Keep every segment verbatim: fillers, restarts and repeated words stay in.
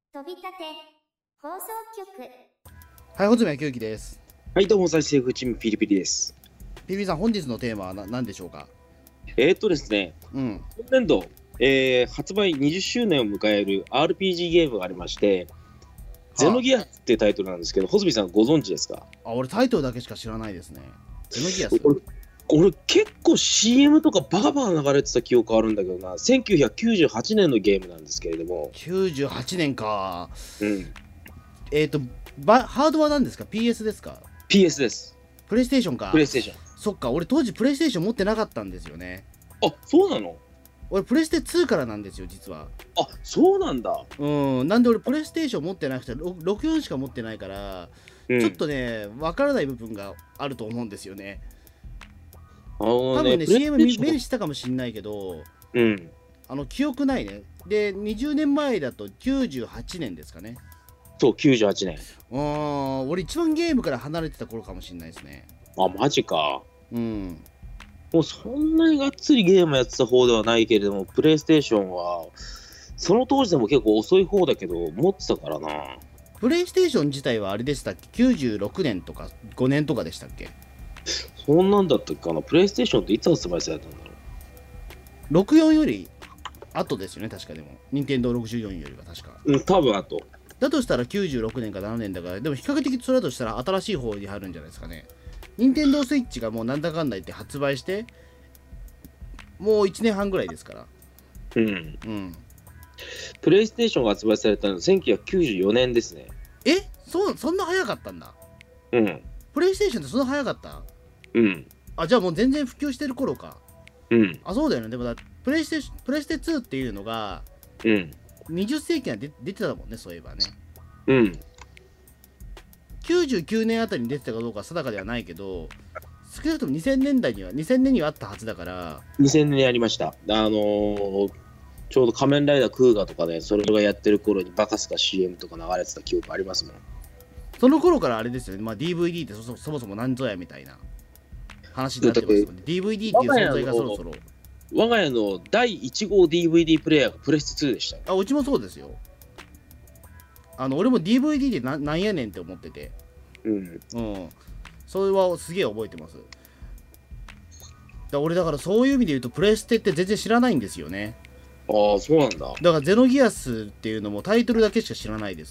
飛び立て放送局。 はい、穂積昭之です。 はい、どうも、再生風チームピリピリです。 ピリピリさん、本日のテーマはな何でしょうか？ えーっとですね、 うん。 今年度、えー発売にじゅっしゅうねんを迎える アールピージー ゲームがありまして、ゼノギアスっていうタイトルなんですけど、穂積さんご存知ですか？ あ、俺タイトルだけしか知らないですね。ゼノギアス。 俺、俺結構 シーエム とかバカバカ流れてた記憶あるんだけどな、せんきゅうひゃくきゅうじゅうはちねんのゲームなんですけれども、 きゅうじゅうはちねんか。 うん、 えっ、ー、とバ、ハードは何ですか？ ピーエス ですか？ ピーエス です。 プレイステーションか。 プレイステーション。 そっか、俺当時プレイステーション持ってなかったんですよね。 あ、そうなの？ 俺プレステツーからなんですよ、実は。 あ、そうなんだ。 うん、なんで俺プレイステーション持ってなくて、ろくじゅうよんしか持ってないから、 うん、 ちょっとね、わからない部分があると思うんですよね。 あのね、 多分ね、 プレイシーエムステーション目にしたかもしんないけど、 うん、 あの記憶ないね。で、にじゅうねんまえだときゅうじゅうはちねんですかね。 そう、きゅうじゅうはちねん。 あー、俺一番ゲームから離れてた頃かもしれないですね。 あ、マジか。 うん。 もうそんなにがっつりゲームやってた方ではないけれども、プレイステーションは、その当時でも結構遅い方だけど、持ってたからな。 プレイステーション自体はあれでしたっけ？ きゅうじゅうろくねんとかごねんとかでしたっけ？ そんなんだったっけかな。プレイステーションっていつ発売されたんだろう。 ろくじゅうよんより後ですよね、確かでも。任天堂ろくじゅうよんよりは確か。 うん、多分あと。 だとしたらきゅうじゅうろくねんかななねんだから、でも比較的それだとしたら新しい方に入るんじゃないですかね。任天堂スイッチがもうなんだかんだ言って発売して、もういちねんはんぐらいですから。 うん。 うん。 プレイステーションが発売されたのはせんきゅうひゃくきゅうじゅうよねんですね。 えそそんな早かったんだ。 うん。 プレイステーションってそんな早かった？ うん。 あ、じゃあもう全然普及してる頃か。 うん。 あ、そうだよね。でもだプレイステプレステツーっていうのがうん。 にじゅっせいきに出出てたもんね、そういえばね。 うん。 きゅうじゅうきゅうねんあたりに出てたかどうかは定かではないけど、少なくともにせんねんだいにはにせんねんにはあったはずだから。 にせんねんやりました。あのー、ちょうど仮面ライダークーガとかね、それがやってる頃にバカスカ シーエム とか流れてた記憶ありますもん。 その頃からあれですよね、まあ、ディーブイディー って そ, そ, そもそも何ぞやみたいな話になってますもんね。ディーブイディー っていう存在がそろそろ。 我が家のだいいち号 ディーブイディー プレイヤーがプレステツーでしたよ。 あ、うちもそうですよ。あの俺も ディーブイディー で な, なんやねんって思ってて。 うん。 うん。それはすげえ覚えてます。だ俺だからそういう意味で言うとプレステって全然知らないんですよね。 ああ、そうなんだ。 だからゼノギアスっていうのもタイトルだけしか知らないです。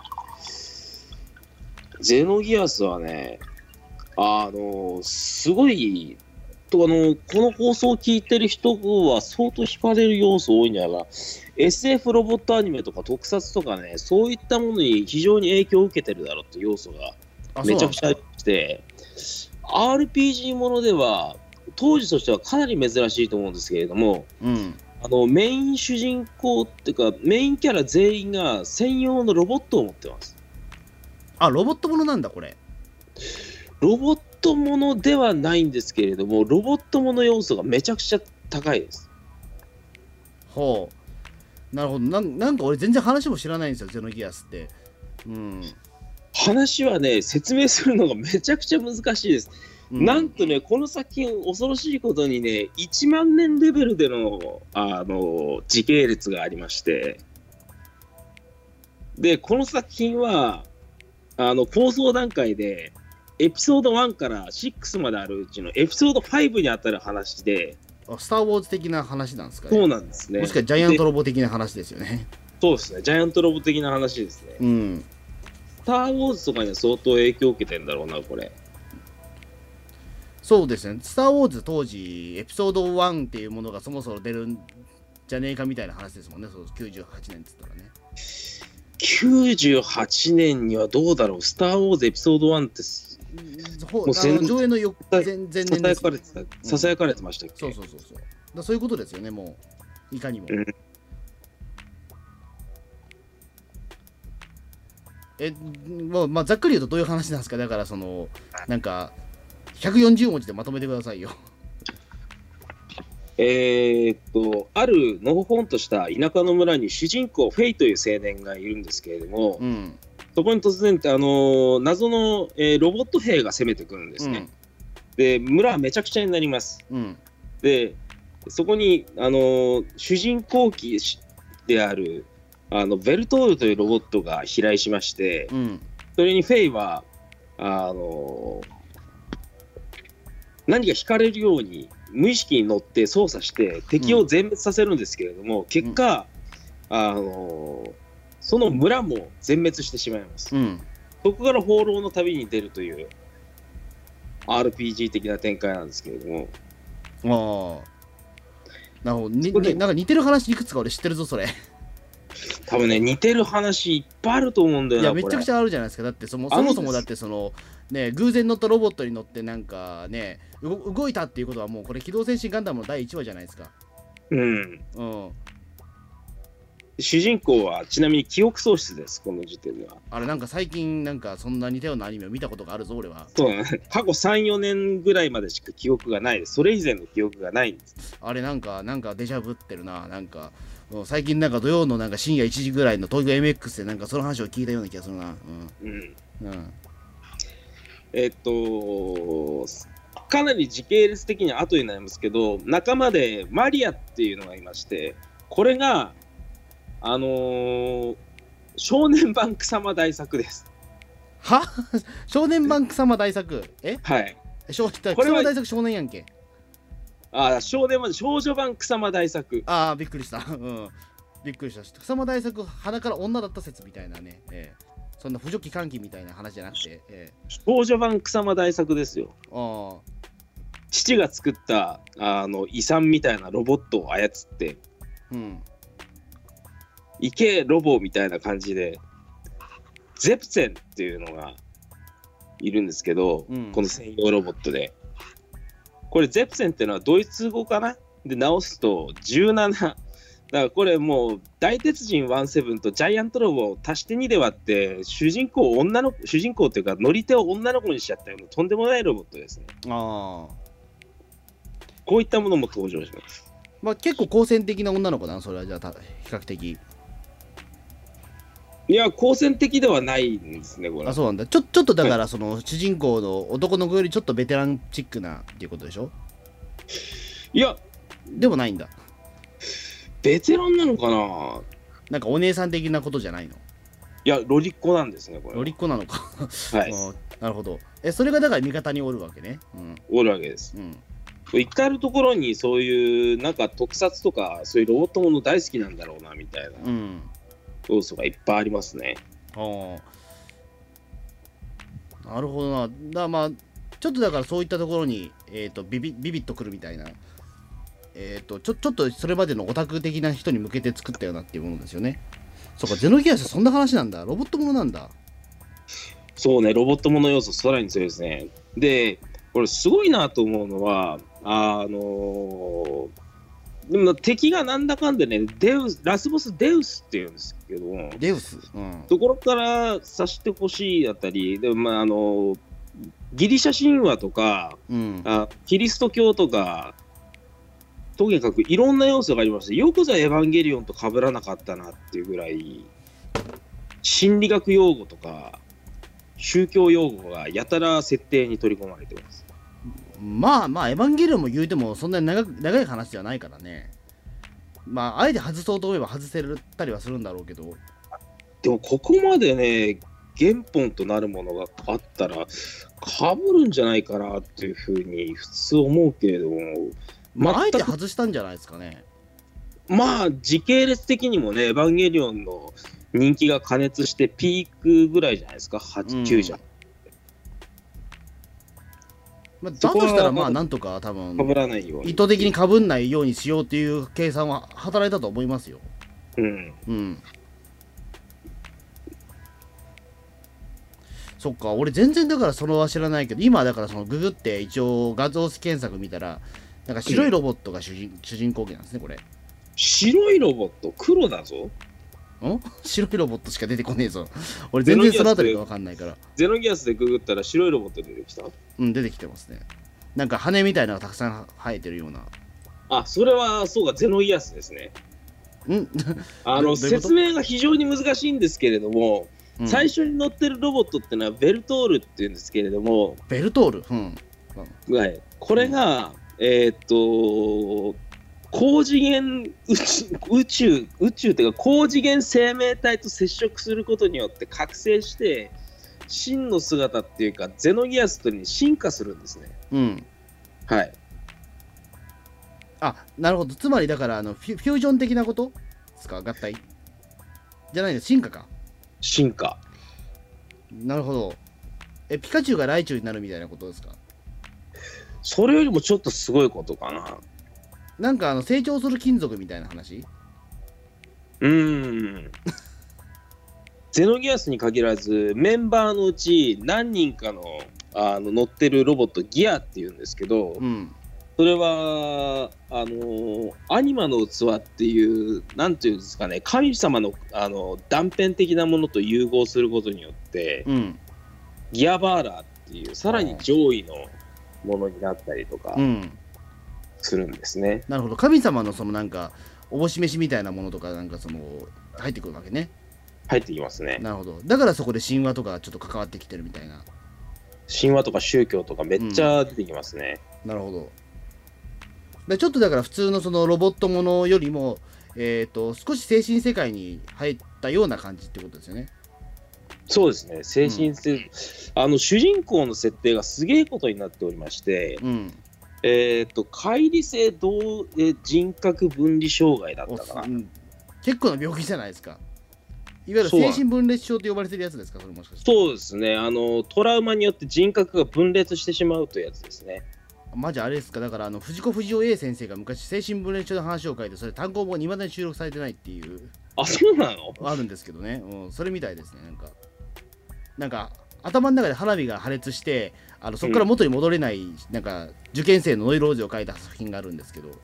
ゼノギアスはね、あのすごいとあのこの放送を聞いてる人は相当惹かれる要素多いんじゃないかな。 エスエフ ロボットアニメとか特撮とかね、そういったものに非常に影響を受けてるだろうって要素がめちゃくちゃあって、アールピージー ものでは当時としてはかなり珍しいと思うんですけれども、 うん、 あのメイン主人公っていうかメインキャラ全員が専用のロボットを持ってます。 あ、ロボットものなんだこれ。 ロボットものではないんですけれども、ロボットもの要素がめちゃくちゃ高いです。 ほう。なるほど。な ん, なんか俺全然話も知らないんですよ、ゼノギアスって。うん。 話はね、説明するのがめちゃくちゃ難しいです。うん、なんとね、この作品、恐ろしいことにね、いちまんねんレベルでの、あの時系列がありまして、で、この作品は、あの構想段階で、エピソードワンからろくまであるうちのエピソードファイブにあたる話で、 あ、スター・ウォーズ的な話なんですかね。 そうなんですね。 もしくはジャイアントロボ的な話ですよね。 そうですね、ジャイアントロボ的な話ですね。 うん。 スター・ウォーズとかには相当影響を受けてるんだろうな、これ。 そうですね、スター・ウォーズ当時、エピソードワンっていうものがそもそも出るんじゃねえかみたいな話ですもんね、そうきゅうじゅうはちねんって言ったらね。 きゅうじゅうはちねんにはどうだろう、スター・ウォーズエピソードワンって、 もう上映のよ前前年です、ね、 ささやかれてた、ささやかれてましたっけ、 うん、そうそうそうそう。だそういうことですよね、もう、いかにも。うん、え、まあ、まあ、ざっくり言うとどういう話なんですか？だから、その、なんか、ひゃくよんじゅうもじでまとめてくださいよ。 えー、っと、あるのほほんとした田舎の村に主人公フェイという青年がいるんですけれども、うん、そこに突然、あの謎の、えー、ロボット兵が攻めてくるんですね。うん、で、村はめちゃくちゃになります。うん、で、そこに、あの主人公機である、 あのベルトールというロボットが飛来しまして、 うん、 それにフェイはあの何か惹かれるように無意識に乗って操作して敵を全滅させるんですけれども、うん、結果、あのその村も全滅してしまいます、うん、そこから放浪の旅に出るという アールピージー 的な展開なんですけれども。 ああ、なるほど。になんか似てる話いくつか俺知ってるぞそれ。 多分ね、似てる話いっぱいあると思うんだよな。 いやめちゃくちゃあるじゃないですか。だってそもそもそもだってそのね、偶然乗ったロボットに乗ってなんかね動いたっていうことはもうこれ機動戦士ガンダムのだいいちわじゃないですか。 うん、うん、主人公はちなみに記憶喪失です、この時点では。 あれなんか最近なんかそんな似たようなアニメを見たことがあるぞ俺は。 そう、ね、過去 さんよねんぐらいまでしか記憶がないです。それ以前の記憶がないんです。 あれなんかなんかデジャブってるな。なんか最近なんか土曜のなんか深夜いちじぐらいの東京 エムエックス でなんかその話を聞いたような気がするな。うん、うんうん、 えっとかなり時系列的には後になりますけど、仲間でマリアっていうのがいまして、これがあのー、少年版草間大作です。 は少年版草間大作えはい少草間大作少年やんけ。 ああ、少年版少女版草間大作。 ああびっくりした、うん、びっくりした。草間大作鼻から女だった説みたいなね、えー、そんな不女気喚起みたいな話じゃなくて、えー、少女版草間大作ですよ。 あ父が作ったあの遺産みたいなロボットを操って、うん、行けロボみたいな感じでゼプセンっていうのがいるんですけど、うん、この専用ロボットでこれゼプセンっていうのはドイツ語かなで直すとじゅうななだからこれもう大鉄人じゅうななとジャイアントロボを足してにで割って主人公を女の主人公っていうか乗り手を女の子にしちゃったようなとんでもないロボットですね。あこういったものも登場します。 まあ結構好戦的な女の子なそれはじゃあ比較的。 いや好戦的ではないんですねこれ。 あそうなんだ。ちょちょっとだからその主人公の男の子よりちょっとベテランチックなっていうことでしょ。 いやでもないんだ。 ベテランなのかな。 なんかお姉さん的なことじゃないの。 いやロリッコなんですねこれ。 ロリッコなのかはいなるほど。えそれがだから味方におるわけね。 うん、おるわけです。うん至る所にそういうなんか特撮とかそういうロボットもの大好きなんだろうなみたいな要素がいっぱいありますね。 うん、ああなるほどな。だまあちょっとだからそういったところに、えー、とビビビビッとくるみたいな、えー、とちょちょっとそれまでのオタク的な人に向けて作ったようなっていうものですよね。そうかゼノギアスそんな話なんだ。ロボットものなんだ。 そうねロボットもの要素さらに強いですね。でこれすごいなと思うのはあのー、でも敵がなんだかんでねデウスラスボスデウスっていうんですけどデウス、うん、 ところから察してほしいあたりでも、まあ、あのギリシャ神話とか、うん、あキリスト教とかとにかくいろんな要素がありましてよくぞエヴァンゲリオンと被らなかったなっていうぐらい心理学用語とか宗教用語がやたら設定に取り込まれてます。 まあまあエヴァンゲリオンも言うてもそんなに 長, 長い話ではないからね。まああえて外そうと思えば外せたりはするんだろうけどでもここまでね原本となるものがあったらかぶるんじゃないかなっていうふうに普通思うけれども、 まああえて外したんじゃないですかね。 まあ時系列的にもねエヴァンゲリオンの人気が過熱してピークぐらいじゃないですかはち、きゅうじゃん。 まあ、だとしたらまあなんとか多分被らないように意図的に被んないようにしようっていう計算は働いたと思いますよ。うん。うん。そっか俺全然だからそれは知らないけど今だからそのググって一応画像検索見たらなんか白いロボットが主人、うん、主人公機なんですねこれ。 白いロボット黒だぞ。 ん白いロボットしか出てこねえぞ。俺全然そのあたりが分かんないから。 ゼノギアスでググったら白いロボット出てきた。 うん出てきてますね。なんか羽みたいなのがたくさん生えてるような。 あそれはそうかゼノギアスですね。 んあの説明が非常に難しいんですけれども、うん、最初に乗ってるロボットってのはベルトールっていうんですけれどもベルトール、うんうん、はい、これが、うん、えー、っと高次元宇宙宇宙宇宙っていうか高次元生命体と接触することによって覚醒して真の姿っていうかゼノギアスとに進化するんですね。 うん。 はい。 あ、なるほど。つまりだからあのフュ、フュージョン的なことですか？合体じゃないです。進化か。 進化。 なるほど。え、ピカチュウがライチュウになるみたいなことですか？ それよりもちょっとすごいことかな。 なんかあの成長する金属みたいな話？ うーん。ゼノギアスに限らずメンバーのうち何人かの、あの乗ってるロボットギアっていうんですけど、 うん。 それはあのアニマの器っていうなんていうんですかね、神様の、あの断片的なものと融合することによって、 うん。 ギアバーラーっていうさらに上位のものになったりとかうん。 するんですね。 なるほど。神様のそのなんかおぼし飯みたいなものとかなんかその入ってくるわけね。 入ってきますね。 なるほど。だからそこで神話とかちょっと関わってきてるみたいな。 神話とか宗教とかめっちゃ出てきますね。 なるほど。でちょっとだから普通のそのロボットものよりも、えー、と少し精神世界に入ったような感じってことですよね。 そうですね。精神性、うん、あの主人公の設定がすげえことになっておりまして、 うん、 えっ、ー、と乖離性同人格分離障害だったかな、うん、 結構な病気じゃないですか。いわゆる精神分裂症と呼ばれてるやつですか？それもしかして。 そうですね。あのトラウマによって人格が分裂してしまうというやつですね。 マジあれですか？だからあの藤子不二雄 A 先生が昔精神分裂症の話を書いて、それ単行本に未だに収録されてないっていう。 あ、そうなの？ あるんですけどね、うん、それみたいですね。なんかなんか頭の中で花火が破裂して、あのそこから元に戻れない、うん、なんか受験生のノイローゼを書いた作品があるんですけど、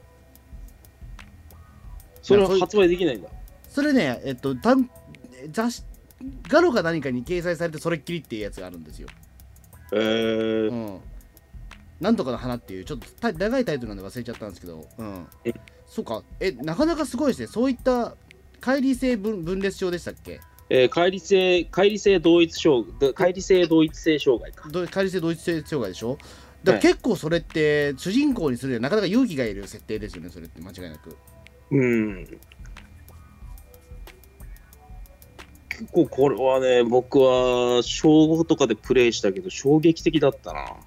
それは発売できないんだ。 それね、えっと単雑誌ガロか何かに掲載されてそれっきりっていうやつがあるんですよ。 へえー、 うん、なんとかの花っていうちょっと長いタイトルなんで忘れちゃったんですけど、うん、えそうか、えなかなかすごいですね。そういった乖離性 分, 分裂症でしたっけ？ えー、乖離性乖離性同一障乖離性同一性障害か。 乖離性同一性障害でしょ。だから結構それって主人公にするにはなかなか勇気がいる設定ですよね。それって間違いなく。 うん。結構これはね、僕は小ごとかでプレイしたけど衝撃的だったな。 へ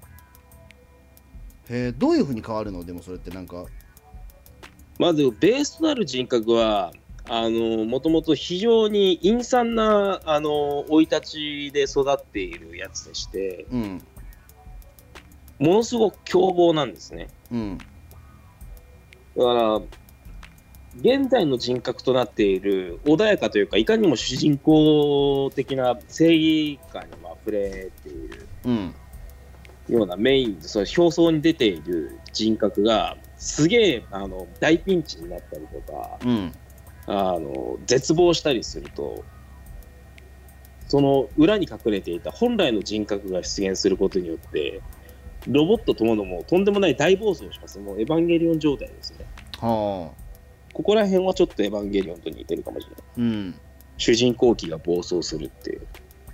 え、どういう風に変わるの？でもそれってなんかまずベースとなる人格はあのもともと非常に陰惨なあの生い立ちで育っているやつでして、 うん、 ものすごく凶暴なんですね。 うん、 だから現在の人格となっている穏やかというかいかにも主人公的な正義感にあふれているようなメインで、それ表層に出ている人格がすげえあの大ピンチになったりとか、 うん、 あの絶望したりすると、その裏に隠れていた本来の人格が出現することによってロボットともどもとんでもない大暴走をします。もうエヴァンゲリオン状態ですね。 はあ、 ここら辺はちょっとエヴァンゲリオンと似てるかもしれない、 うん、 主人公機が暴走するっていう。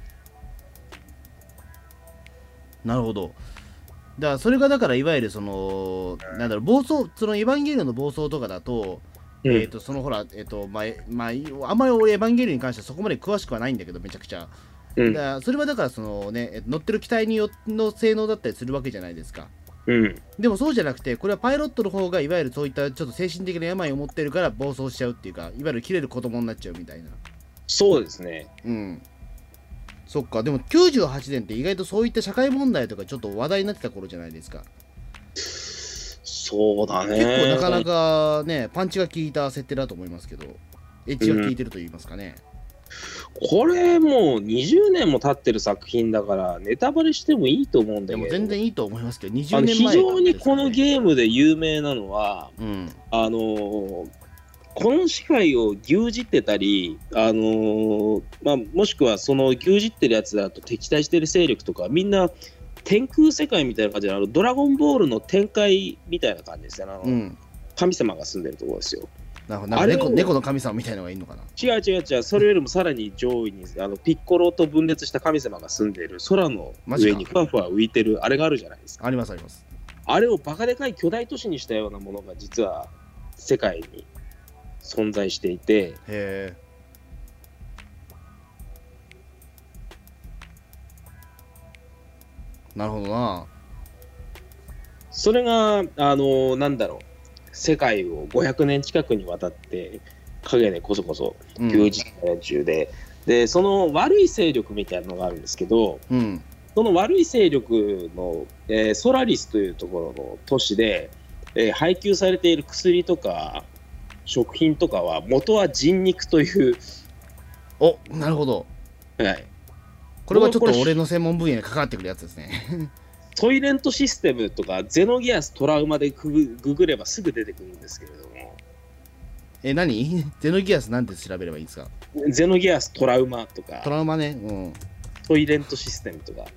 なるほど。だからそれがだからいわゆるそのなんだろう、暴走、そのエヴァンゲリオンの暴走とかだと、うん、えっ、ー、とそのほらえっ、ー、とまあまああんまり俺エヴァンゲリオンに関してはそこまで詳しくはないんだけど、めちゃくちゃ、うん、だからそれはだからそのね乗ってる機体によの性能だったりするわけじゃないですか。 うん、 でもそうじゃなくて、これはパイロットの方がいわゆるそういったちょっと精神的な病を持ってるから暴走しちゃうっていうか、いわゆる切れる子供になっちゃうみたいな。 そうですね。 うん。そっか。でもきゅうじゅうはちねんって意外とそういった社会問題とかちょっと話題になってた頃じゃないですか。 そうだね。 結構なかなかねパンチが効いた設定だと思いますけど、エッジが効いてると言いますかね。 うん、これもうにじゅうねんも経ってる作品だからネタバレしてもいいと思うんだけど。でも全然いいと思いますけど、にじゅうねんまえ、 非常にこのゲームで有名なのは、 うん、 あのー、この支配を牛耳ってたり、あのーまあ、もしくはその牛耳ってるやつだと敵対してる勢力とかみんな天空世界みたいな感じで、あのドラゴンボールの展開みたいな感じですよね。あの、うん、神様が住んでるところですよ。 なるほど。なんか 猫, 猫の神様みたいなのがいいのかな。 違う違う違う、それよりもさらに上位にあのピッコロと分裂した神様が住んでいる空の上にふわふわ浮いてるあれがあるじゃないですか。 ありますあります。 あれをバカでかい巨大都市にしたようなものが実は世界に存在していて、 へえ。なるほどな。 それがあのなんだろう、世界をごひゃくねん近くにわたって影でこそこそ牛耳った連中で、うん、でその悪い勢力みたいなのがあるんですけど、うん、その悪い勢力の、えー、ソラリスというところの都市で、えー、配給されている薬とか食品とかは元は人肉という。 お、なるほど。 はい。 これはちょっと俺の専門分野に関わってくるやつですね。 ソイレントシステムとかゼノギアストラウマでググればすぐ出てくるんですけれども。 え、何？ゼノギアスなんて調べればいいんですか？ ゼノギアストラウマとか。 トラウマね。うん。 ソイレントシステムとか。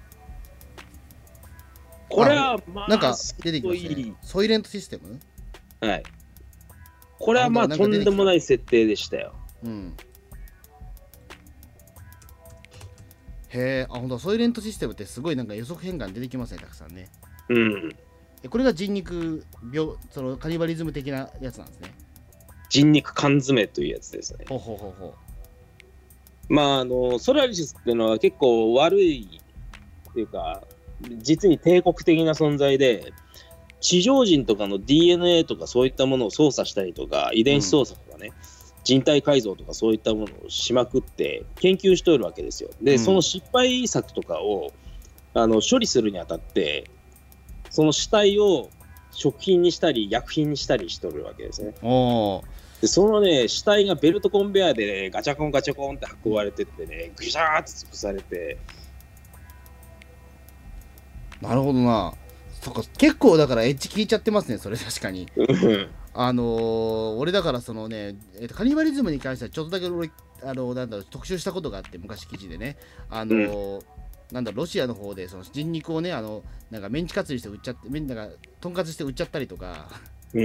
これはまあなんか出てきますね。ソイレントシステム？ はい。これはまあとんでもない設定でしたよ。うん。 へえ、あ、ほんと、ソイレントシステムってすごいなんか予測変換出てきますね、たくさんね。 うん。 これが人肉病、そのカニバリズム的なやつなんですね。 人肉缶詰というやつですね。 ほうほうほうほう。まあ、あの、ソラリスっていうのは結構悪いっていうか、実に帝国的な存在で、地上人とかの ディーエヌエー とかそういったものを操作したりとか、遺伝子操作とかね、うん、人体改造とかそういったものをしまくって研究しておるわけですよ。で、うん、その失敗作とかをあの処理するにあたってその死体を食品にしたり薬品にしたりしておるわけですね。でそのね死体がベルトコンベヤーで、ね、ガチャコンガチャコンって運ばれてってねぐしゃーって潰されて。 なるほどな。そっか、結構だからエッジ効いちゃってますね、それ確かに。あのー、俺だからそのね、えー、とカニバリズムに関してはちょっとだけ俺、あのー、なんだろう特集したことがあって、昔記事でね、あのーうん、なんだろうロシアの方でその人肉をね、あのなんかメンチカツにして売っちゃって、なんかとんかつして売っちゃったりとか、うん、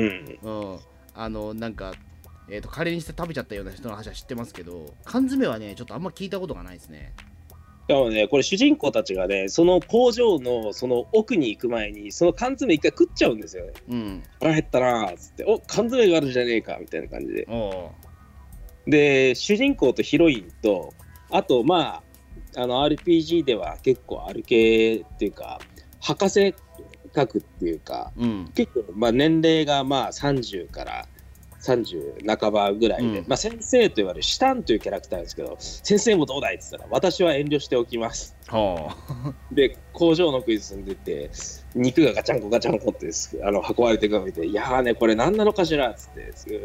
うん、あのなんか、えー、とカレーにして食べちゃったような人の話は知ってますけど、缶詰はね、ちょっとあんま聞いたことがないですね。 でもね、これ主人公たちがね、その工場のその奥に行く前に、その缶詰一回食っちゃうんですよね。うん。腹減ったなーっつって、お、缶詰があるじゃねえかみたいな感じで。で、主人公とヒロインと、あとまあ、あの アールピージー では結構ある系っていうか、博士格っていうか、うん、結構まあ年齢がまあさんじゅうからさんじゅう半ばぐらいで、うん、まあ、先生と言われるシュタンというキャラクターですけど、先生もどうだいって言ったら私は遠慮しておきます。はあ、で工場の奥に住んでて肉がガチャンコガチャンコってあの運ばれてくるのを見て、いやーねこれ何なのかしらっつって、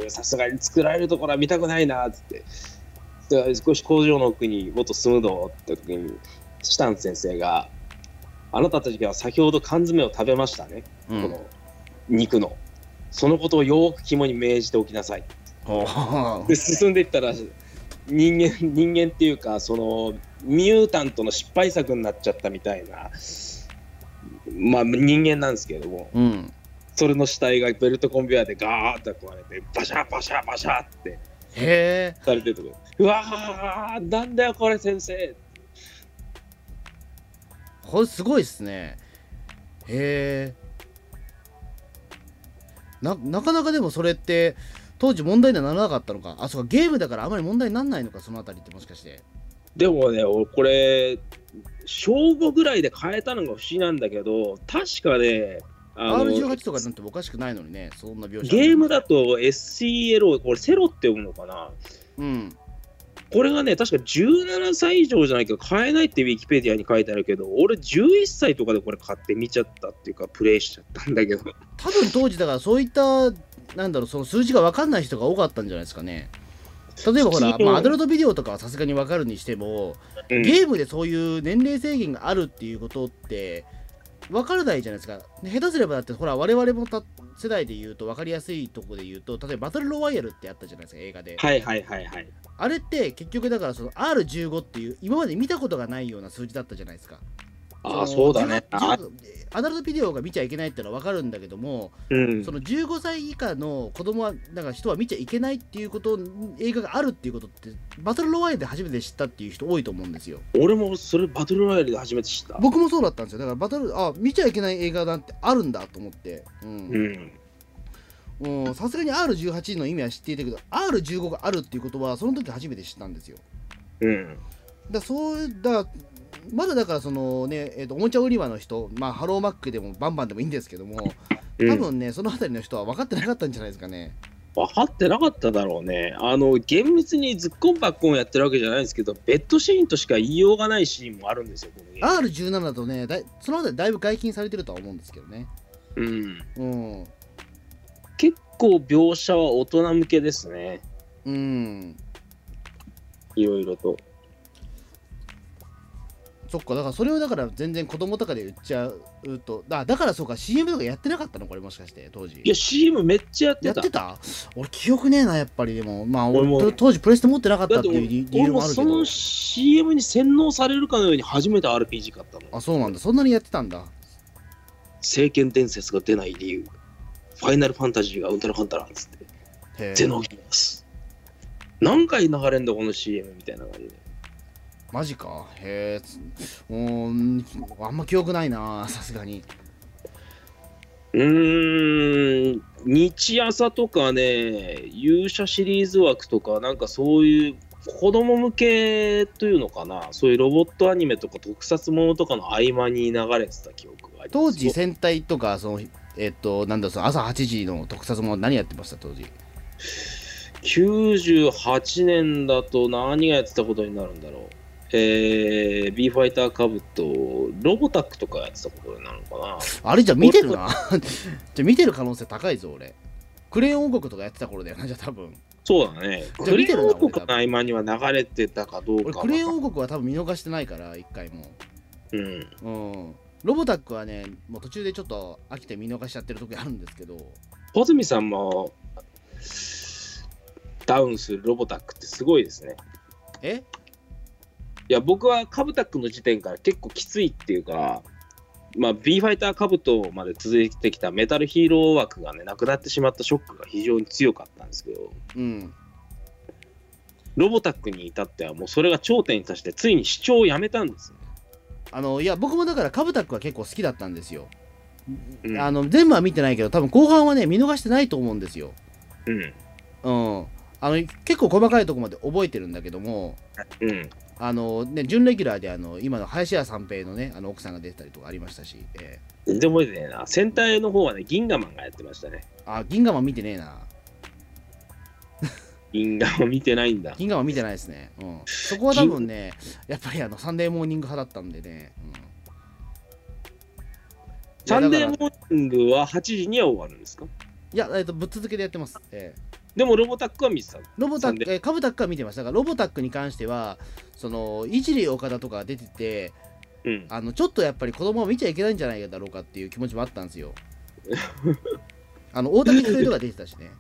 さすがに作られるところは見たくないなっつって、少し工場の奥にもっと住むのって時にシュタン先生が、あなたたちは先ほど缶詰を食べましたね、うん、この肉のそのことをよーく肝に銘じておきなさい。で進んでいったら人間人間っていうかそのミュータントの失敗作になっちゃったみたいな、まあ人間なんですけれども、うん、それの死体がベルトコンベヤーでガーッと壊れてバシャバシャバシャってへされてるところ、うわーなんだよこれ先生、 これすごいっすね。へー、な, なかなかでもそれって当時問題にはならなかったのか。あ、そうか、ゲームだからあまり問題にならないのか、そのあたりってもしかして。 でもね、俺これ小ごぐらいで変えたのが不思議なんだけど、確かねアールじゅうはち とかなんておかしくないのにね、そんな描写。 ゲームだと エスシーエルオー、 これセロって読むのかな。うん。これがね、確かじゅうななさい以上じゃないけど買えないってウィキペディアに書いてあるけど、俺じゅういっさいとかでこれ買って見ちゃったっていうかプレイしちゃったんだけど、 多分当時だからそういったなんだろう、その数字が分かんない人が多かったんじゃないですかね。例えばほら、まあ、アダルトビデオとかはさすがに分かるにしても、うん、ゲームでそういう年齢制限があるっていうことって分からないじゃないですか。下手すればだってほら我々もた世代で言うと分かりやすいところで言うと、例えばバトルロワイヤルってあったじゃないですか、映画で。 はいはいはいはい。 あれって結局だからその アールじゅうご っていう今まで見たことがないような数字だったじゃないですか。 ああ、そうだね。 じゅうじゅうアダルトビデオが見ちゃいけないってのは分かるんだけども、 うん、 そのじゅうごさい以下の子供はなんか人は見ちゃいけないっていうこと、映画があるっていうことってバトルロワイヤルで初めて知ったっていう人多いと思うんですよ。 俺もそれバトルロワイヤルで初めて知った。 僕もそうだったんですよ。だからバトルあ見ちゃいけない映画なんてあるんだと思って、うんさすがに アールじゅうはち の意味は知っていたけど アールじゅうご があるっていうことはその時初めて知ったんですよ。 うん、 だそうだまだだからそのね、えー、とおもちゃ売り場の人、まあハローマックでもバンバンでもいいんですけども、多分ね、うん、そのあたりの人は分かってなかったんじゃないですかね。 分かってなかっただろうね。あの厳密にズッコンバッコンやってるわけじゃないんですけど、ベッドシーンとしか言いようがないシーンもあるんですよ、このゲーム。 アールじゅうなな だとねだい、そのあたりだいぶ解禁されてるとは思うんですけどね。 うん。 うん。 結構描写は大人向けですね。 うん。 いろいろと。 そっか、だからそれをだから全然子供とかで言っちゃうと、だだからそうか、シーエム とかやってなかったのこれもしかして当時。 いや シーエム めっちゃやってた。 やってた俺記憶ねえな、やっぱり。でもまあ俺も当時プレステ持ってなかったっていう理由もあるけど。 俺もその シーエム に洗脳されるかのように初めて アールピージー 買ったの。 あ、そうなんだ。そんなにやってたんだ。 聖剣伝説が出ない理由、ファイナルファンタジーがうんたらかんたらっつってゼノギアス何回流れんだこの シーエム みたいな感じで。 マジか。へえ。うん、あんま記憶ないな、さすがに。 うーん、日朝とかね、勇者シリーズ枠とか、なんかそういう子供向けというのかな、そういうロボットアニメとか特撮ものとかの合間に流れてた記憶があります。 当時戦隊とか、そのえっと、なんだその朝はちじの特撮もの何やってました当時。 きゅうじゅうはちねんだと何がやってたことになるんだろう。えー、B ファイターカブとロボタックとかやってたことになるのかな。 あれじゃ見てるな。じゃ見てる可能性高いぞ俺。クレヨン王国とかやってた頃だよな、じゃあ多分。 そうだね。クレヨン王国の合間には流れてたかどうか。 俺クレヨン王国は多分見逃してないから一回も。 うん。 うん。ロボタックはね、もう途中でちょっと飽きて見逃しちゃってる時あるんですけど。 穂積さんもダウンするロボタックってすごいですね。 え？ いや僕はカブタックの時点から結構きついっていうか、まあ、B ファイターカブトまで続いてきたメタルヒーロー枠がねなくなってしまったショックが非常に強かったんですけど、 うん、 ロボタックに至ってはもうそれが頂点に達してついに視聴をやめたんですね。 あのいや僕もだからカブタックは結構好きだったんですよ、 うん、 あの全部は見てないけど多分後半はね見逃してないと思うんですよ。 うん、 うん、あの結構細かいところまで覚えてるんだけども、 うん、 あのね、準レギュラーであの今の林家三平のねあの奥さんが出てたりとかありましたし、えー、全然覚えてねえな。戦隊の方はね銀河マンがやってましたね。 あ、銀河マン見てねえな。 銀河マン見てないんだ。 銀河マン見てないですね、うん、そこは多分ねやっぱりあのサンデーモーニング派だったんでね、うん、 サンデーモーニングははちじには終わるんですか？ いや、えっと、ぶっ続けでやってます、えーでもロボタックは見てた。 ロボタック、えー、カブタックは見てましたが、ロボタックに関しては、その、いじり岡田とかが出てて、 うん、 あの、ちょっとやっぱり子供を見ちゃいけないんじゃないだろうかっていう気持ちもあったんですよ。あの、大竹ひとりとか出てたしね。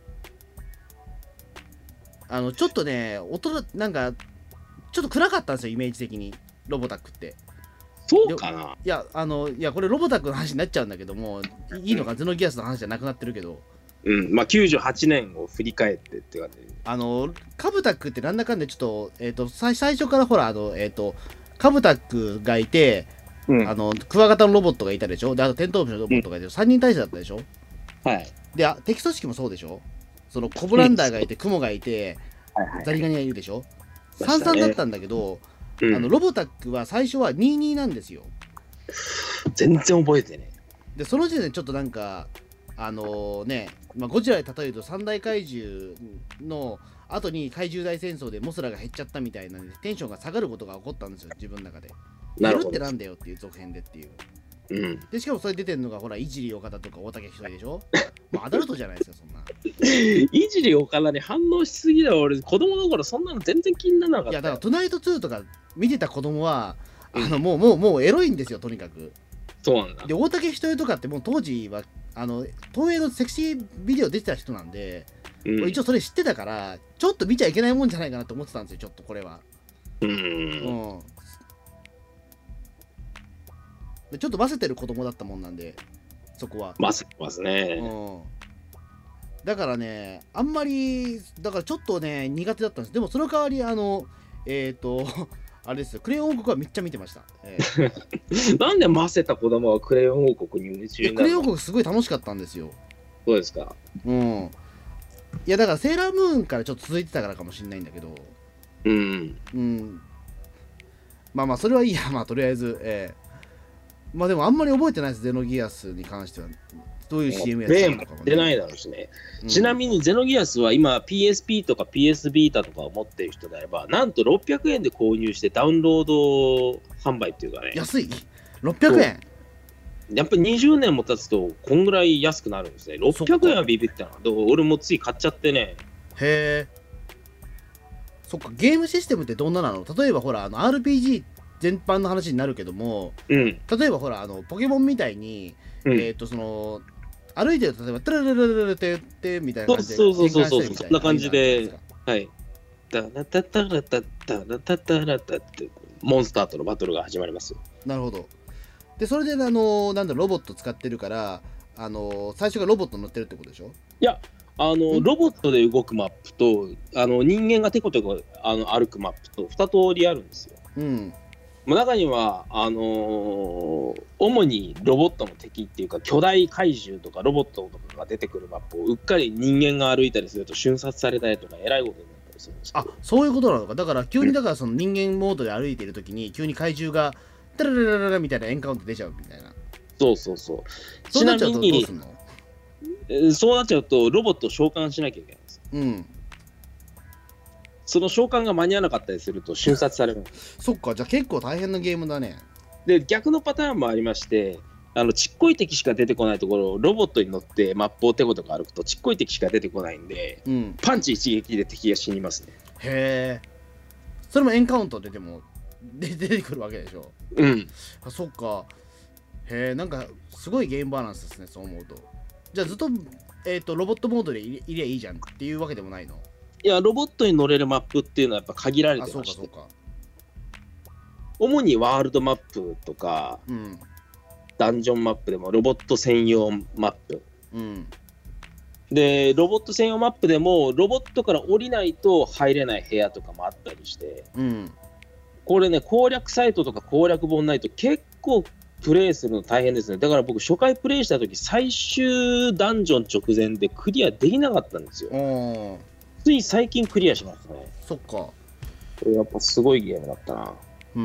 あの、ちょっとね、大人、なんか、ちょっと暗かったんですよ、イメージ的に、ロボタックって。 そうかな。 いや、あの、いや、これロボタックの話になっちゃうんだけども、いいのか、ゼノギアスの話じゃなくなってるけど、 うん、まあきゅうじゅうはちねんを振り返ってって感じ。 あのカブタックってなんだかんだちょっと、えー、と最最初からほらあの、えー、とカブタックがいて、うん、あのクワガタのロボットがいたでしょ。であとテントウムシのロボットがいて、うん、さんにん体制だったでしょ。 はい。 で敵組織もそうでしょ。そのコブランダーがいてクモがいてザリガニがいるでしょ。さんさんだったんだけど、うん、あのロボタックは最初はにたいになんですよ。 全然覚えてね。 でその時点でちょっとなんかあのー、ね、まあ、ゴジラで例えると三大怪獣の後に怪獣大戦争でモスラが減っちゃったみたいな、ね、テンションが下がることが起こったんですよ自分の中で。減るってなんだよっていう続編でっていう、うん、でしかもそれ出てるのがほらいじり岡田とか大竹ひとりでしょ。もうアダルトじゃないですかそんな。 いじり岡田に反応しすぎだ。俺子供の頃そんなの全然気にならなかった。 いやだからトゥナイトツーとか見てた子供は、うん、あのもうもうもうエロいんですよとにかく。 そうなんだ。 で大竹ひとりとかってもう当時はあの東映のセクシービデオ出てた人なんで、うん、一応それ知ってたからちょっと見ちゃいけないもんじゃないかなと思ってたんですよちょっとこれは。 うん、 うん、 でちょっとませてる子供だったもんなんで、そこは。 ませてますね。 うん。だからね、あんまり、だからちょっとね、苦手だったんです。でもその代わり、あの、えっ、ー、と、あれですよ、クレヨン王国はめっちゃ見てました。えー、なんでませた子供はクレヨン王国に夢中になるの？ クレヨン王国すごい楽しかったんですよ。 そうですか。 うん。いや、だからセーラームーンからちょっと続いてたからかもしれないんだけど、 うん。 うん。まあまあ、それはいいや、まあ、とりあえず、えー、まあでもあんまり覚えてないです、ゼノギアスに関しては。どういう シーエム やってたのかも、ね。 出ないだろうしね。うん、ちなみにゼノギアスは今 ピーエスピー とか ピーエス ビータとかを持ってる人であれば、なんとろっぴゃくえんで購入してダウンロード販売っていうかね。 安い ?ろっぴゃくえん。 やっぱりにじゅうねんも経つとこんぐらい安くなるんですね。ろっぴゃくえんはビビったな。俺もつい買っちゃってね。 へえ。そっか、ゲームシステムってどんななの？例えばほら、あの アールピージー 全般の話になるけども、 うん、 例えばほら、あのポケモンみたいに、うん、えっ、ー、とその歩いてると例えばトゥルルルルルテってみたいな感じでそうそうそうそうそうそんな感じで、はいタラタタラタタラタタラタってモンスターとのバトルが始まりますよ。 なるほど。でそれであのなんだロボット使ってるからあの最初がロボット乗ってるってことでしょ？ いやあのロボットで動くマップとあの人間がテコテコあの歩くマップとに通りあるんですよ。 うん。 中にはあのー、主にロボットの敵っていうか巨大怪獣とかロボットとかが出てくるマップをうっかり人間が歩いたりすると瞬殺されたりとかえらいことになったりするんですけど。 あ、そういうことなのか。だから急にだからその人間モードで歩いている時に急に怪獣がタラララララみたいなエンカウント出ちゃうみたいな。 そうそうそう。 そうなっちゃうとどうすんの？ そうなっちゃうとロボットを召喚しなきゃいけないんです。 うん。 その召喚が間に合わなかったりすると瞬殺される。 そっか、じゃあ結構大変なゲームだね。 で逆のパターンもありまして、あのちっこい敵しか出てこないところをロボットに乗ってマップをテコテコ歩くとちっこい敵しか出てこないんで、うん、パンチ一撃で敵が死にますね。 へえ。それもエンカウントででも出てくるわけでしょ？ うん。 あ、そっか。へえ、なんかすごいゲームバランスですね、そう思うと。じゃあずっと、えーと、ロボットモードでいりゃいいじゃんっていうわけでもないの？ いや、ロボットに乗れるマップっていうのはやっぱ限られてまして、 あ、そうかそうか。 主にワールドマップとか、 うん、 ダンジョンマップでもロボット専用マップ、 うん、 でロボット専用マップでもロボットから降りないと入れない部屋とかもあったりして、 うん、 これね攻略サイトとか攻略本ないと結構プレイするの大変ですね。だから僕初回プレイした時最終ダンジョン直前でクリアできなかったんですよ。つい最近クリアしましたね。 そっか。これやっぱすごいゲームだったな。 うん。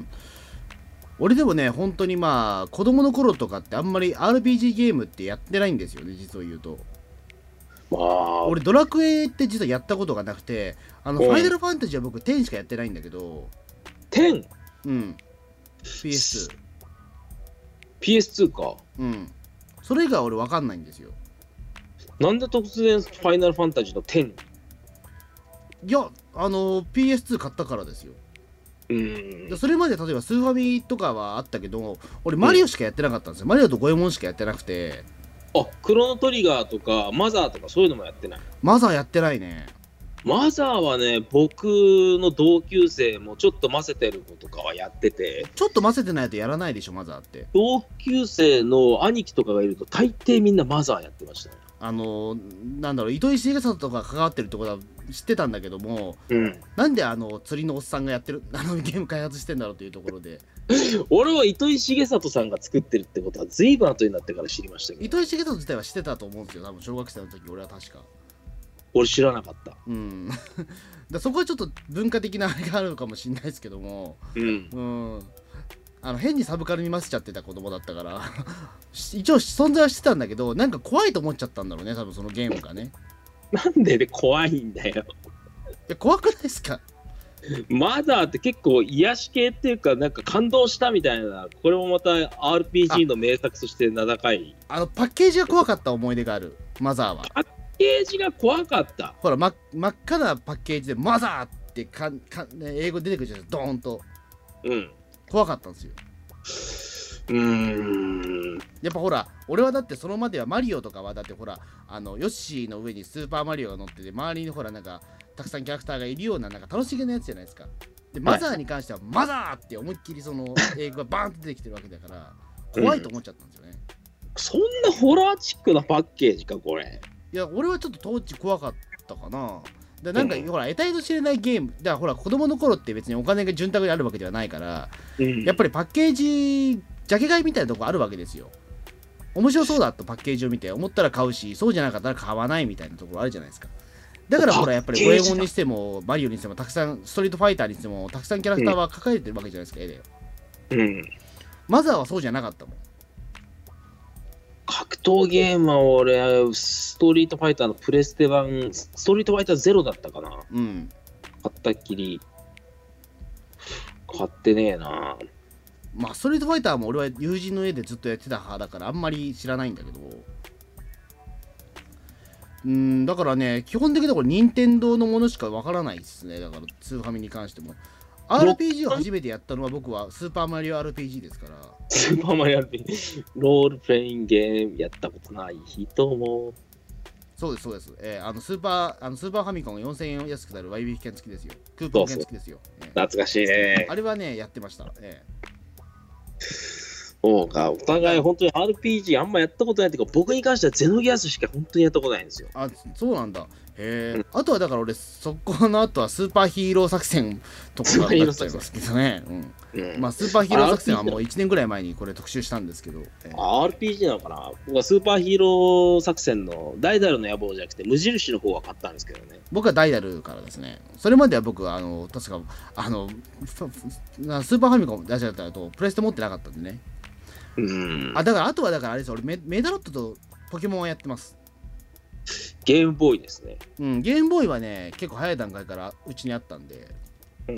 俺でもね、本当にまあ子供の頃とかってあんまり アールピージー ゲームってやってないんですよね、実を言うと。 まあ、 俺ドラクエって実はやったことがなくて、あのファイナルファンタジーは僕じゅうしかやってないんだけど。 じゅう？ うん。ピーエスツー。 ピーエスツー か。 うん。それ以外は俺わかんないんですよ。 なんで突然ファイナルファンタジーのじゅう？ いや、あの ピーエスツー 買ったからですよ。 うーん。 それまで例えばスーファミとかはあったけど、俺マリオしかやってなかったんですよ。うん、マリオとゴエモンしかやってなくて。 あ、クロノトリガーとかマザーとかそういうのもやってない？ マザーやってないね。 マザーはね、僕の同級生もちょっと混ぜてる子とかはやってて。 ちょっと混ぜてないとやらないでしょ、マザーって。 同級生の兄貴とかがいると大抵みんなマザーやってましたね。 あのなんだろう、糸井重里とか関わってるところは知ってたんだけども、 うん、 なんであの釣りのおっさんがやってるあのゲーム開発してんだろうというところで俺は糸井重里さんが作ってるってことは随分後になってから知りましたけど、 糸井重里自体は知ってたと思うんですよ、多分小学生の時。俺は確か俺知らなかった。 うんだそこはちょっと文化的なあれがあるのかもしれないですけども、 うん、 うん、あの変にサブカルに混ぜちゃってた子供だったから一応存在はしてたんだけど、なんか怖いと思っちゃったんだろうね、多分そのゲームがね。 なんでで怖いんだよ。 いや怖くないですか？ マザーって結構癒し系っていうか、なんか感動したみたいな、これもまた アールピージー の名作として名高い。 あのパッケージが怖かった思い出がある、マザーは。 パッケージが怖かった。 ほら、ま、真っ赤なパッケージでマザーってかか英語出てくるじゃないですか、ドーンと。 うん。 怖かったんですよ。 うーん。 やっぱほら、俺はだってそのまではマリオとかはだってほら、あのヨッシーの上にスーパーマリオが乗ってて、周りにほらなんかたくさんキャラクターがいるようななんか楽しげなやつじゃないですか。でマザーに関してはマザーって思いっきりその英語がバーンって出てきてるわけだから、 怖いと思っちゃったんですよね、 うん、そんなホラーチックなパッケージかこれ。 いや俺はちょっと当時怖かったかな。だなんか、うん、ほら得体の知れないゲームだからほら子供の頃って別にお金が潤沢にあるわけではないから、うん、やっぱりパッケージジャケ買いみたいなとこあるわけですよ。面白そうだとパッケージを見て思ったら買うし、そうじゃなかったら買わないみたいなところあるじゃないですか。だからほらやっぱりドラえもんにしてもマリオにしてもたくさんストリートファイターにしてもたくさんキャラクターは抱えてるわけじゃないですか、絵で。 うん。 マザーはそうじゃなかったもん。 格闘ゲームは俺ストリートファイターのプレステ版ストリートファイターゼロだったかな。 うん。 買ったっきり買ってねえな。 まあストリートファイターも俺は友人の家でずっとやってた派だからあんまり知らないんだけど。うんだからね基本的にはこれ任天堂のものしかわからないですね。だからスーファミに関しても アールピージー を初めてやったのは僕はスーパーマリオ アールピージー ですから。 スーパーマリオ アールピージー ロールプレイングゲームやったことない人も。 そうですそうです、えー、あのスーパーあのスーパーファミコンよんせんえん安くなる ワイビー 券付きですよ。クーポン券付きですよ。 そうそう、えー、懐かしいね。 あれはねやってました、えーそうか、お互い本当に アールピージー あんまやったことないっていうか、僕に関してはゼノギアスしか本当にやったことないんですよ。 あ、そうなんだ。へえ、うん。あとはだから俺、そこの後はスーパーヒーロー作戦とかだったりますけどね。うん。うん、まあ、スーパーヒーロー作戦はもういちねんぐらい前にこれ特集したんですけど。 えー、アールピージー なのかな。僕はスーパーヒーロー作戦のダイダルの野望じゃなくて、無印の方は買ったんですけどね。 僕はダイダルからですね。それまでは僕は、あの、確か、あの、スーパーファミコン出しちゃったと、プレステ持ってなかったんでね。 うん、 あだからあとはだからあれです俺 メ, メダロットとポケモンはやってます。 ゲームボーイですね。 うん、ゲームボーイはね結構早い段階からうちにあったんで、 うん、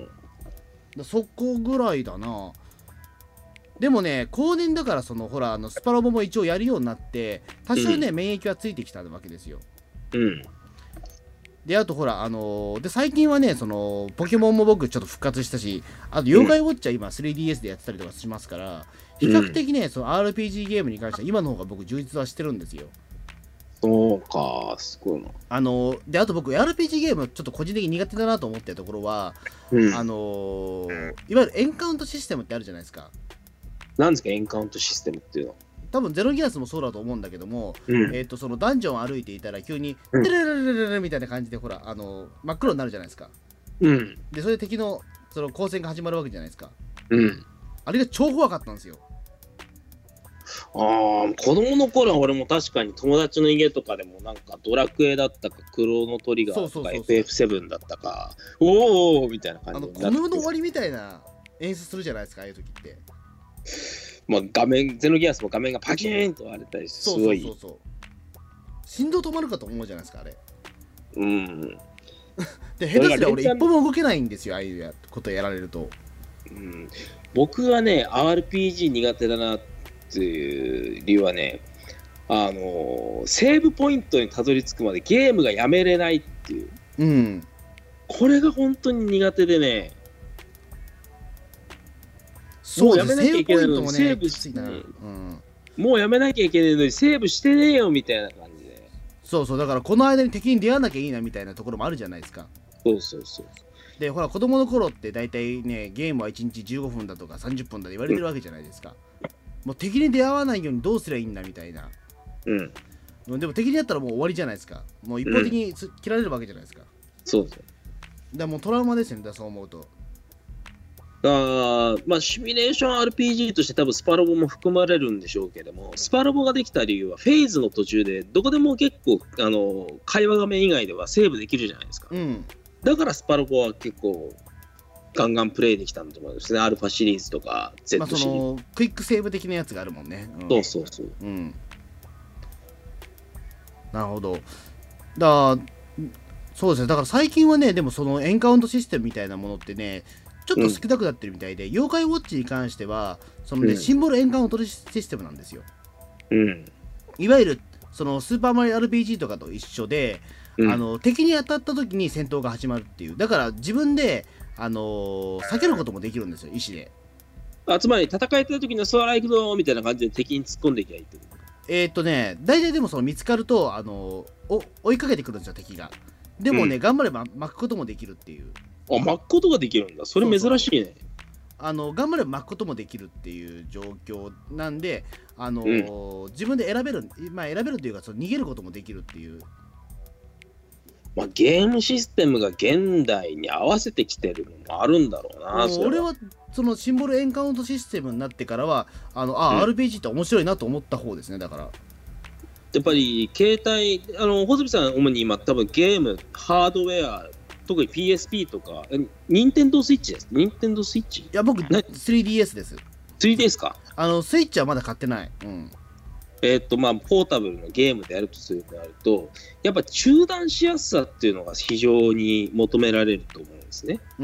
だそこぐらいだな。でもね後年だからそのほらあのスパロボも一応やるようになって多少ね、うん、免疫はついてきたわけですよ。 うん。 であとほらあのー、で最近はねそのポケモンも僕ちょっと復活したし、あと妖怪ウォッチャー今 スリーディーエス でやってたりとかしますから、比較的ね、うん、その アールピージー ゲームに関しては今の方が僕充実はしてるんですよ。 そうか、すごいな。 あのー、であと僕 アールピージー ゲームちょっと個人的に苦手だなと思ってるところは、うん、あのー、いわゆるエンカウントシステムってあるじゃないですか。 なんですかエンカウントシステムっていうのは。 多分ゼロギアスもそうだと思うんだけども、うん、えっ、ー、とそのダンジョンを歩いていたら急にテレレレレレレみたいな感じでほらあの真っ黒になるじゃないですか。 うん。 でそれで敵のその交戦が始まるわけじゃないですか。 うん。 あれが超怖かったんですよ。 ああ子供の頃は俺も確かに友達の家とかでもなんかドラクエだったかクロノトリガーとか エフエフセブン だったかおおみたいな感じであのこの世の終わりみたいな演出するじゃないですかああいう時って。 まあ、画面ゼノギアスも画面がパキーンと割れたりしてすごい。 そうそうそうそう振動止まるかと思うじゃないですかあれ。 うんで下手すりゃ俺一歩も動けないんですよああいうことやられると。 うん、僕はね アールピージー 苦手だなっていう理由はねあのセーブポイントにたどり着くまでゲームがやめれないっていう、 うん、 これが本当に苦手でね。 そうやめなきゃいけないのにセーブして、もうやめなきゃいけないのにセーブしてねえよみたいな感じで。 そうそうだからこの間に敵に出会わなきゃいいなみたいなところもあるじゃないですか。 そうそうそう。 でほら子供の頃って大体ねゲームはいちにちじゅうごふんだとかさんじゅっぷんだと言われてるわけじゃないですか。もう敵に出会わないようにどうすりゃいいんだみたいな。 うん。 でも敵にやったらもう終わりじゃないですか。もう一方的に切られるわけじゃないですか。 そうそう。 だからもうトラウマですよねだそう思うと。 あまあシミュレーション アールピージー として多分スパロボも含まれるんでしょうけども、スパロボができた理由はフェーズの途中でどこでも結構あの会話画面以外ではセーブできるじゃないですか、 うん、 だからスパロボは結構ガンガンプレイできたんだと思うんですね。アルファシリーズとか Z シリーズ、まあ、そのクイックセーブ的なやつがあるもんね、 うん、そうそうそう、 うん、なるほど。だそうですねだから最近はねでもそのエンカウントシステムみたいなものってねちょっと少なくなってるみたいで、うん、妖怪ウォッチに関してはその、ねうん、シンボルエンカウントシステムなんですよ、 うん、 いわゆるそのスーパーマリオ アールピージー とかと一緒で、うん、あの敵に当たった時に戦闘が始まるっていう。だから自分で、あのー、避けることもできるんですよ意思で。 あつまり戦えてる時のストライクドみたいな感じで敵に突っ込んでいきゃいいってこと。 えーっとね大体でもその見つかると、あのー、お追いかけてくるんですよ敵が。でもね、うん、頑張れば巻くこともできるっていう。 あ巻くことができるんだ。それ珍しいね。 あの頑張れば巻くこともできるっていう状況なんで、あのーうん、自分で選べる、まあ、選べるというかその逃げることもできるっていう、 まあ、ゲームシステムが現代に合わせてきてるのもあるんだろうな。それは俺はそのシンボルエンカウントシステムになってからはあのあ、うん、アールピージー って面白いなと思った方ですね。だからやっぱり携帯、あの穂積さん主に今多分ゲームハードウェア特に ピーエスピー とか、任天堂スイッチです。任天堂スイッチ？いや、僕、スリーディーエス です。 スリーディーエス か。 あの、スイッチはまだ買ってない。うん。 えっと、まあ、ポータブルのゲームでやるとするとなると、やっぱ中断しやすさっていうのが非常に求められると思うんですね。 うん。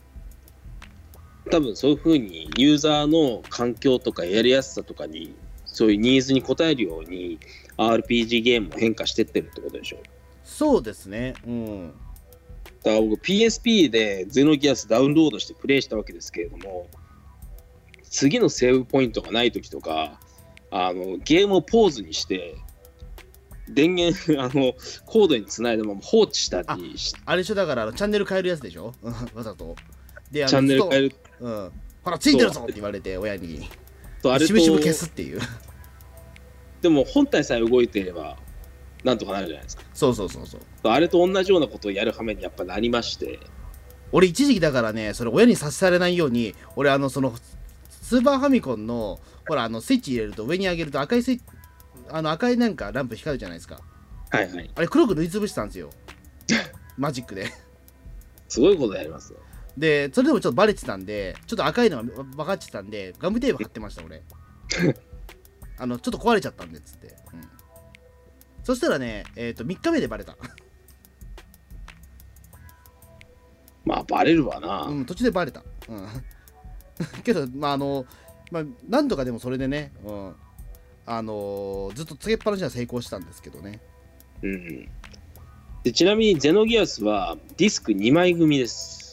多分そういうふうにユーザーの環境とかやりやすさとかに、そういうニーズに応えるように アールピージー ゲームも変化してってるってことでしょう。 そうですね。うん。 だから僕 ピーエスピー でゼノギアスダウンロードしてプレイしたわけですけれども、次のセーブポイントがない時とか、あのゲームをポーズにして電源あのコードにつないだまま放置したりして、 あれでしょ、だからチャンネル変えるやつでしょわざとで、チャンネル変える、 うん、ほらついてるぞって言われて親にとあれとしぶしぶ消すっていう。 でも本体さえ動いていればなんとかなるじゃないですか。 そうそうそうそう。 あれと同じようなことをやるはめにやっぱなりまして、 俺一時期だからね、それ親にさせられないように、俺あのそのスーパーファミコンのほらあのスイッチ入れると上に上げると赤いスイッチ、あの赤いなんかランプ光るじゃないですか。 はいはい。 あれ黒く塗りつぶしたんですよマジックで。 すごいことやりますよ。 でそれでもちょっとバレてたんで、ちょっと赤いのが分かってたんでガムテープ貼ってました俺あのちょっと壊れちゃったんでっつって、うん、そしたらね、えーとみっかめでバレたまあバレるわな。 うん、途中でバレた、うんけどまああのまあ何とかでもそれでね、うん、あのー、ずっとつけっぱなしは成功したんですけどね。 うん。でちなみにゼノギアスはディスクにまい組です。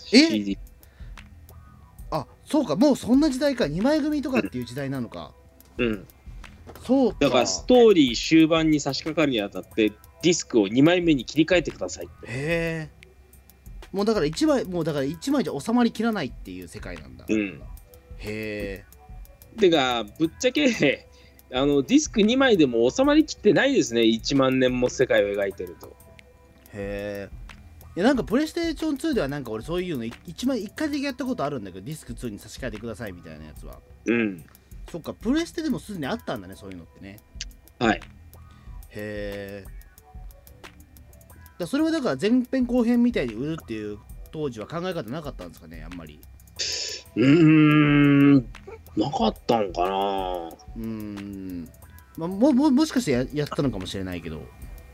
え シーディー？ あ、そうか、もうそんな時代か、にまい組とかっていう時代なのか。 うん。 そうか。 だからストーリー終盤に差し掛かるにあたってディスクをにまいめに切り替えてくださいって。 へえ。もうだからいちまい、もうだからいちまいじゃ収まりきらないっていう世界なんだ。 うん。 へえ。 てかぶっちゃけあのディスクにまいでも収まりきってないですね。いちまんねんも世界を描いてると。 へえ。いやなんかプレイステーションツーではなんか俺そういうのいちまいいっかいだけやったことあるんだけど、ディスクツーに差し替えてくださいみたいなやつは。 うん。 そっか、プレステでもすでにあったんだね、そういうのってね。 はい。へえ。だそれはだから前編後編みたいに売るっていう当時は考え方なかったんですかね、あんまり。 うーん、なかったんかな。 うーん、まあ、も, も, もしかして や, やったのかもしれないけど。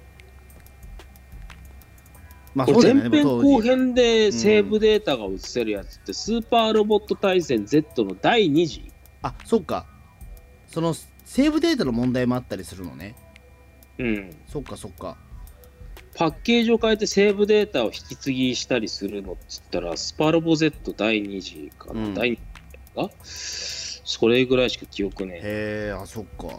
まあそうだよね、前編後編でセーブデータが映せるやつって、うん、スーパーロボット対戦 Z のだいに次。 あ、そっか。そのセーブデータの問題もあったりするのね。 うん。そっかそっか。 パッケージを変えてセーブデータを引き継ぎしたりするのっつったらスパロボ Z だいに次かな、うん、だいに次かそれぐらいしか記憶ねえ。へえ、あ、そっか。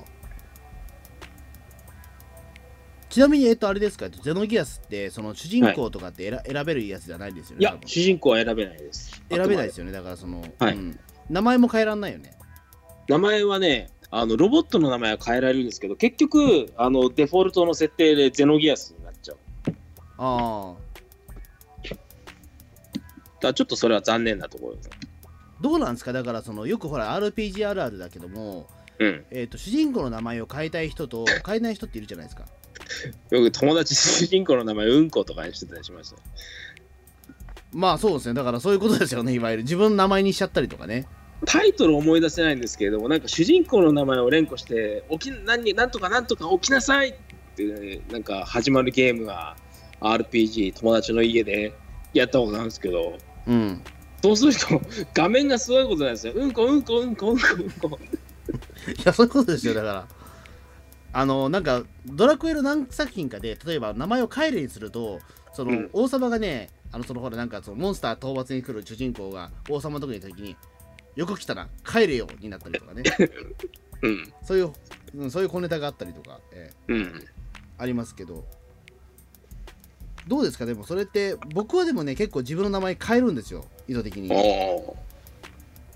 ちなみにえっとあれですか、ゼノギアスってその主人公とかって選、はい、選べるやつじゃないですよね。 いや、主人公は選べないです。 選べないですよね。だからその、 はい、 うん、名前も変えらんないよね。 名前はね、あのロボットの名前は変えられるんですけど、結局あのデフォルトの設定でゼノギアスになっちゃう。 ああ。 だからちょっとそれは残念なところです。 どうなんですか。だからそのよくほら アールピージー あるあるだけども、 うん、 えーと主人公の名前を変えたい人と変えない人っているじゃないですか。 よく友達主人公の名前うんことかにしてたりしました。まあそうですね。だからそういうことですよね。いわゆる自分の名前にしちゃったりとかね。 タイトル思い出せないんですけれども、なんか主人公の名前を連呼して起き何なんとかなんとか起きなさいって、ね、なんか始まるゲームが アールピージー 友達の家でやったことなんですけど、 うん、 そうすると画面がすごいことなんですよ。うんこうんこうんこうんこうんこいやそういうことですよ。だからあのなんかドラクエの何作品かで例えば名前をカエルにするとその、うん、王様がね、あのそのほらなんかそのモンスター討伐に来る主人公が王様のとこにいた時によく来たな帰れよになったりとかね、 うん、 そういう、うん、そういう小ネタがあったりとか、えーうん、 ありますけど、どうですか。でもそれって僕はでもね結構自分の名前変えるんですよ、意図的に。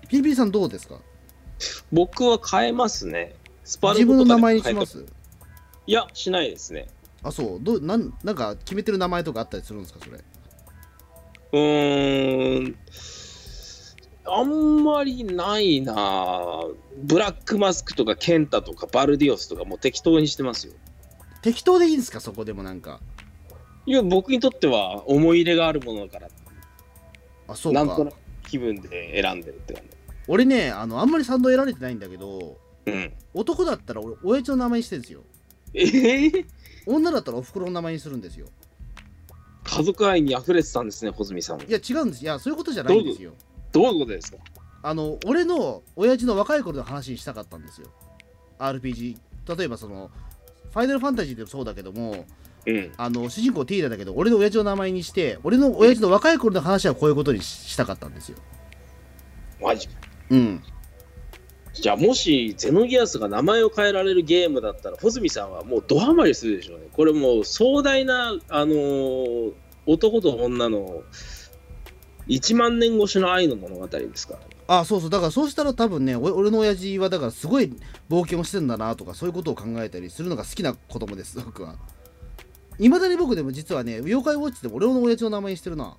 ピリピリさんどうですか？ 僕は変えますね。スパル自分の名前に変えたします？ いや、しないですね。 あ、そうどうなんなんか決めてる名前とかあったりするんですかそれ？ うーん、あんまりないな。ブラックマスクとかケンタとかバルディオスとかもう適当にしてますよ。 適当でいいんですかそこでもなんか。 いや、僕にとっては思い入れがあるものだから、 あ、そうか。 なんとなく気分で選んでるって感じ。 俺ねあのあんまり賛同得られてないんだけど、 うん。 男だったら俺親父の名前にしてるんですよ。 えー、 女だったらお袋の名前にするんですよ。 家族愛に溢れてたんですね、穂積さん。 いや違うんです。いやそういうことじゃないんですよ。 どういうことですか？ あの俺の親父の若い頃の話にしたかったんですよ。 アールピージー 例えばそのファイナルファンタジーでもそうだけども、 うん。 あの主人公ティーダだけど俺の親父の名前にして俺の親父の若い頃の話はこういうことに し, したかったんですよ。 マジか。 うん。 じゃあもしゼノギアスが名前を変えられるゲームだったら穂積さんはもうドハマりするでしょうね。これもう壮大な、あのー男と女のいちまんねん越しの愛の物語ですから。 あ、そうそう。だからそうしたら多分ねお俺の親父はだからすごい冒険をしてんだなとかそういうことを考えたりするのが好きな子供です僕は。いまだに僕でも実はね妖怪ウォッチでも俺の親父の名前にしてるな。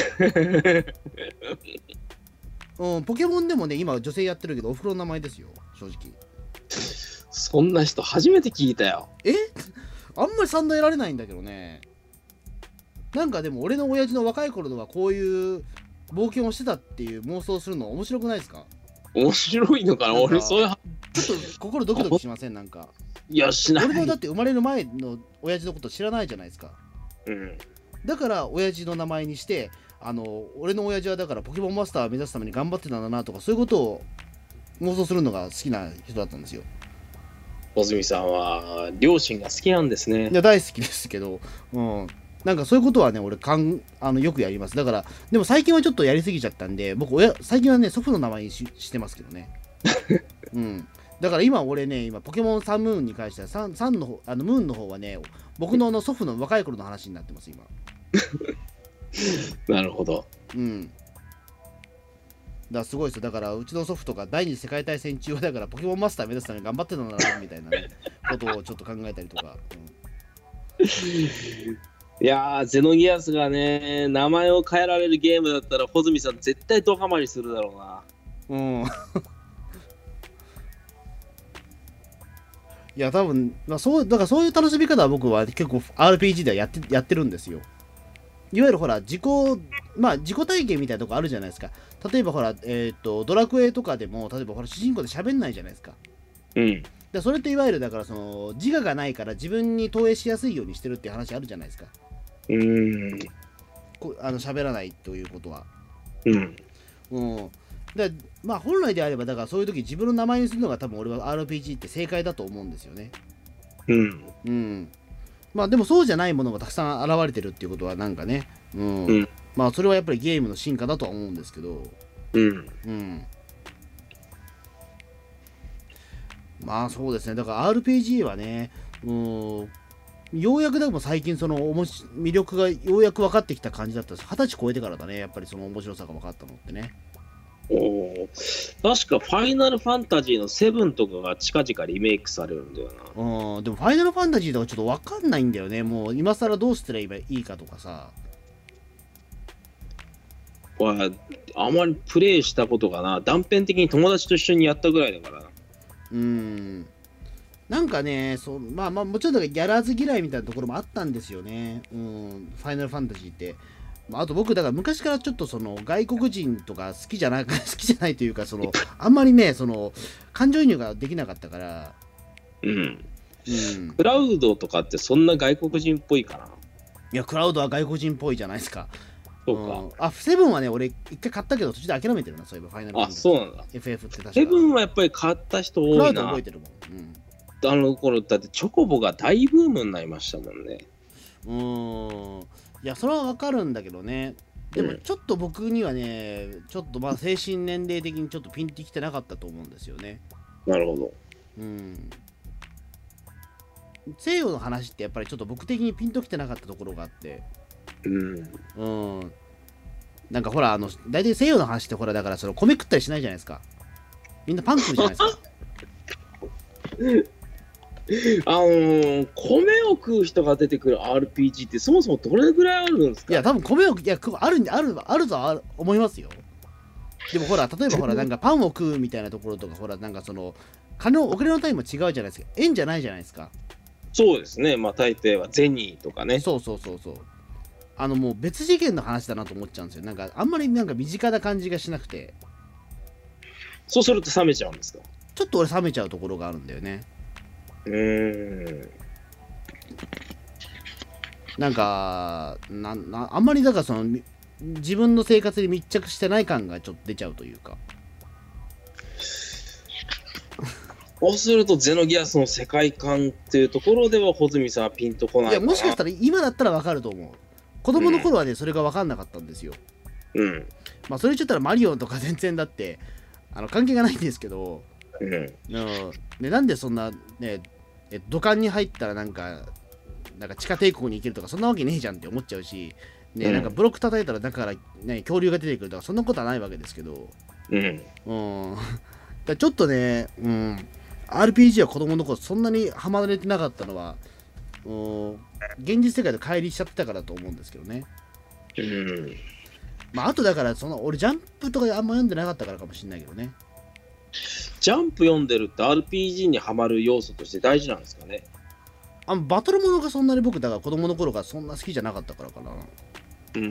うん、ポケモンでもね今女性やってるけどお風呂の名前ですよ正直。 そんな人初めて聞いたよ。 えあんまり賛同得られないんだけどね。なんかでも俺の親父の若い頃のはこういう冒険をしてたっていう妄想するの面白くないですか？ 面白いのかな。 なんか俺そういう、 ちょっと心ドキドキしません？なんかいやしない。 俺もだって生まれる前の親父のこと知らないじゃないですか。 うん。 だから親父の名前にしてあの俺の親父はだからポケモンマスターを目指すために頑張ってたんだなとかそういうことを妄想するのが好きな人だったんですよ。 穂積さんは両親が好きなんですね。 いや大好きですけど、うん、なんかそういうことはね俺かんあのよくやります。だからでも最近はちょっとやりすぎちゃったんで僕親最近はね祖父の名前に し, してますけどね。うん、だから今俺ね今ポケモンサンムーンに関してはサンサンの方あのムーンの方はね僕のあの祖父の若い頃の話になってます今。 なるほど。 うんだからすごいですよ。だからうちの祖父とか第二次世界大戦中はだからポケモンマスター目指すために頑張ってたんだなみたいな、ね、ことをちょっと考えたりとか、うん、 いやー、ゼノギアスがね、名前を変えられるゲームだったら、穂積さん、絶対ドハマりするだろうな。 うんいや多分、まあ、そうだからそういう楽しみ方は僕は結構 アールピージー ではやってやってるんですよ。いわゆるほら自己まあ自己体験みたいなとこあるじゃないですか。例えばほらえっ、とドラクエとかでも例えばほら主人公で喋んないじゃないですか。 うん。 でそれっていわゆるだからその自我がないから自分に投影しやすいようにしてるっていう話あるじゃないですか。 うーん。 こあの喋らないということは。 うん。 うんでまあ本来であればだからそういう時自分の名前にするのが多分俺は アールピージー って正解だと思うんですよね。 うん。 うんまあでもそうじゃないものがたくさん現れてるっていうことはなんかね、うん、 うんまあそれはやっぱりゲームの進化だとは思うんですけど、 うん。 うんまあそうですね。だから アールピージー はね、うん、ようやくでも最近そのおもし魅力がようやく分かってきた感じだったんです。はたち超えてからだね、やっぱりその面白さが分かったのってね。 おー、確かファイナルファンタジーのセブンとかが近々リメイクされるんだよな。 うん、でもファイナルファンタジーとかちょっと分かんないんだよね。もう今更どうしたらいいかとかさ。 はあまりプレイしたことがな、断片的に友達と一緒にやったぐらいだからな。 うんなんかね、そうまあまあもちろんだからギャラーズ嫌いみたいなところもあったんですよね。うん、ファイナルファンタジーって。まあ、あと僕だから昔からちょっとその外国人とか好きじゃない好きじゃないというかそのあんまりねその感情移入ができなかったから。 うん。 うん。 クラウドとかってそんな外国人っぽいかな。 いやクラウドは外国人っぽいじゃないですか。 そうか。 うん、あセブンはね俺一回買ったけど途中で諦めてるなそういえばファイナルファンあ、 タジー。 そうなんだ。 エフエフって確か。 セブンはやっぱり買った人多いな。 クラウド覚えてるもん。うん。 あの頃だってチョコボが大ブームになりましたもんね。 うーんいやそれはわかるんだけどね。でもちょっと僕にはねちょっとまあ精神年齢的にちょっとピンってきてなかったと思うんですよね。 なるほど。 うん西洋の話ってやっぱりちょっと僕的にピンときてなかったところがあって。 うん。 うんなんかほら、あの、大体西洋の話ってほら、だからその米食ったりしないじゃないですか。みんなパン食うじゃないですか。 あのー、米を食う人が出てくる アールピージー ってそもそもどれぐらいあるんですか？ いや、多分米を、いや、食うあるんで、ある、あるとはある思いますよ。でもほら、例えばほら、なんかパンを食うみたいなところとか、ほら、なんかその、金の、お金の単位も違うじゃないですか。円じゃないじゃないですか。 そうですね。まあ大抵はゼニーとかね。 そうそうそうそう。あの、もう別次元の話だなと思っちゃうんですよ。なんか、あんまりなんか身近な感じがしなくて。 そうすると冷めちゃうんですか？ ちょっと俺冷めちゃうところがあるんだよね。 うーん。 なんかななあんまりだからそのみ自分の生活に密着してない感がちょっと出ちゃうというか。 そうするとゼノギアスの世界観っていうところでは穂積さんはピンとこないいかな。 やもしかしたら今だったらわかると思う。子供の頃はね、それが分かんなかったんですよ。 うん。 まあそれ言っちゃったらマリオとか全然だってあの関係がないんですけど、 うん。 うんね、なんでそんなねえ土管に入ったらなんかなんか地下帝国に行けるとかそんなわけねえじゃんって思っちゃうし、ね、 うんなんかブロック叩いたらだから、ね、恐竜が出てくるとかそんなことはないわけですけど、 うん。 うん、だからちょっとね、うん、アールピージー は子供の頃そんなにハマれてなかったのは、うん、現実世界で乖離しちゃってたからと思うんですけどね。 うん。 まあ、あとだからその俺ジャンプとかあんま読んでなかったからかもしれないけどね。 ジャンプ読んでるって アールピージー にはまる要素として大事なんですかね？ あのバトルものがそんなに僕だから子供の頃からそんな好きじゃなかったからかな。 うん。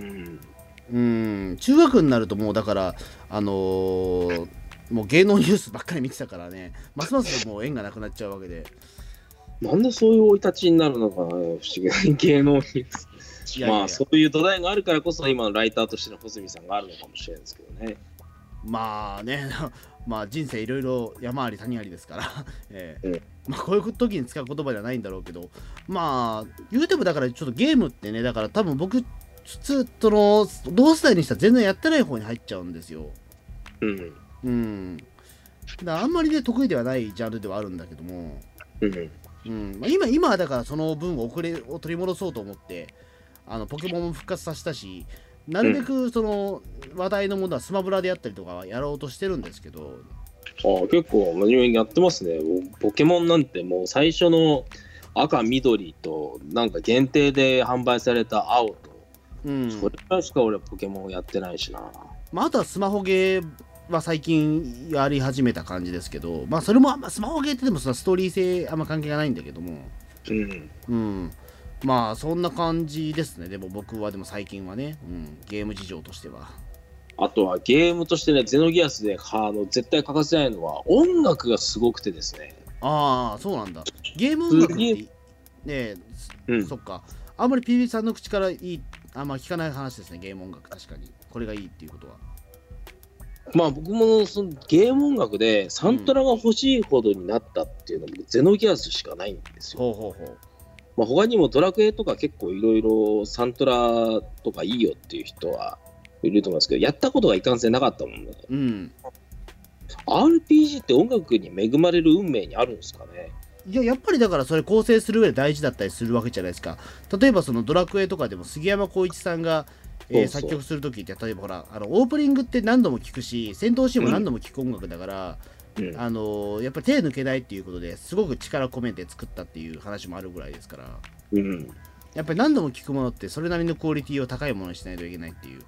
うん中学になるともうだからあのー、もう芸能ニュースばっかり見てたからね、ますますもう縁がなくなっちゃうわけで。 なんでそういう生い立ちになるのかな、不思議な芸能ニュース。 いやいやいやまあそういう土台があるからこそ今のライターとしての穂積さんがあるのかもしれないですけどね。 まあねまあ人生いろいろ山あり谷ありですから、えーうんまあこういう時に使う言葉じゃないんだろうけど、まあ言うてもだからちょっとゲームってね、だから多分僕普通との同世代にしたら全然やってない方に入っちゃうんですよ。 うん。 うんだからあんまりね得意ではないジャンルではあるんだけども、 うん。 うんまあ、今今はだからその分遅れを取り戻そうと思ってあのポケモンも復活させたし、なるべくその話題のものはスマブラであったりとかはやろうとしてるんですけど、 ああ、結構真面目にやってますね。ポケモンなんてもう最初の赤緑となんか限定で販売された青と、 うんそれくらいしか俺はポケモンやってないしな。 まあ、あとはスマホゲーは最近やり始めた感じですけど、まあそれもあんまスマホゲーってでもそのストーリー性あんま関係がないんだけども、 うん。 うんまあそんな感じですね。でも僕はでも最近はね、うん、ゲーム事情としては。 あとはゲームとしてね、ゼノギアスであの絶対欠かせないのは音楽がすごくてですね。 ああそうなんだ。ゲーム音楽ってねえ、 うん、 そっか。あんまり ピービー さんの口からいいあんま聞かない話ですね。ゲーム音楽確かにこれがいいっていうことは。 まあ僕もそのゲーム音楽でサントラが欲しいほどになったっていうのもゼノギアスしかないんですよ。 ほうほうほう。 まあ、他にもドラクエとか結構いろいろサントラとかいいよっていう人はいると思いますけど、やったことがいかんせんなかったもんね。 うん。 アールピージー って音楽に恵まれる運命にあるんですかね？ いややっぱりだからそれ構成する上で大事だったりするわけじゃないですか。例えばそのドラクエとかでも杉山浩一さんが、えー、 そうそう作曲するときって例えばほらあのオープニングって何度も聴くし戦闘シーンも何度も聴く音楽だから、うん、あのー、やっぱり手抜けないっていうことですごく力込めて作ったっていう話もあるぐらいですから、 うん、 やっぱり何度も聴くものってそれなりのクオリティを高いものにしないといけないっていう。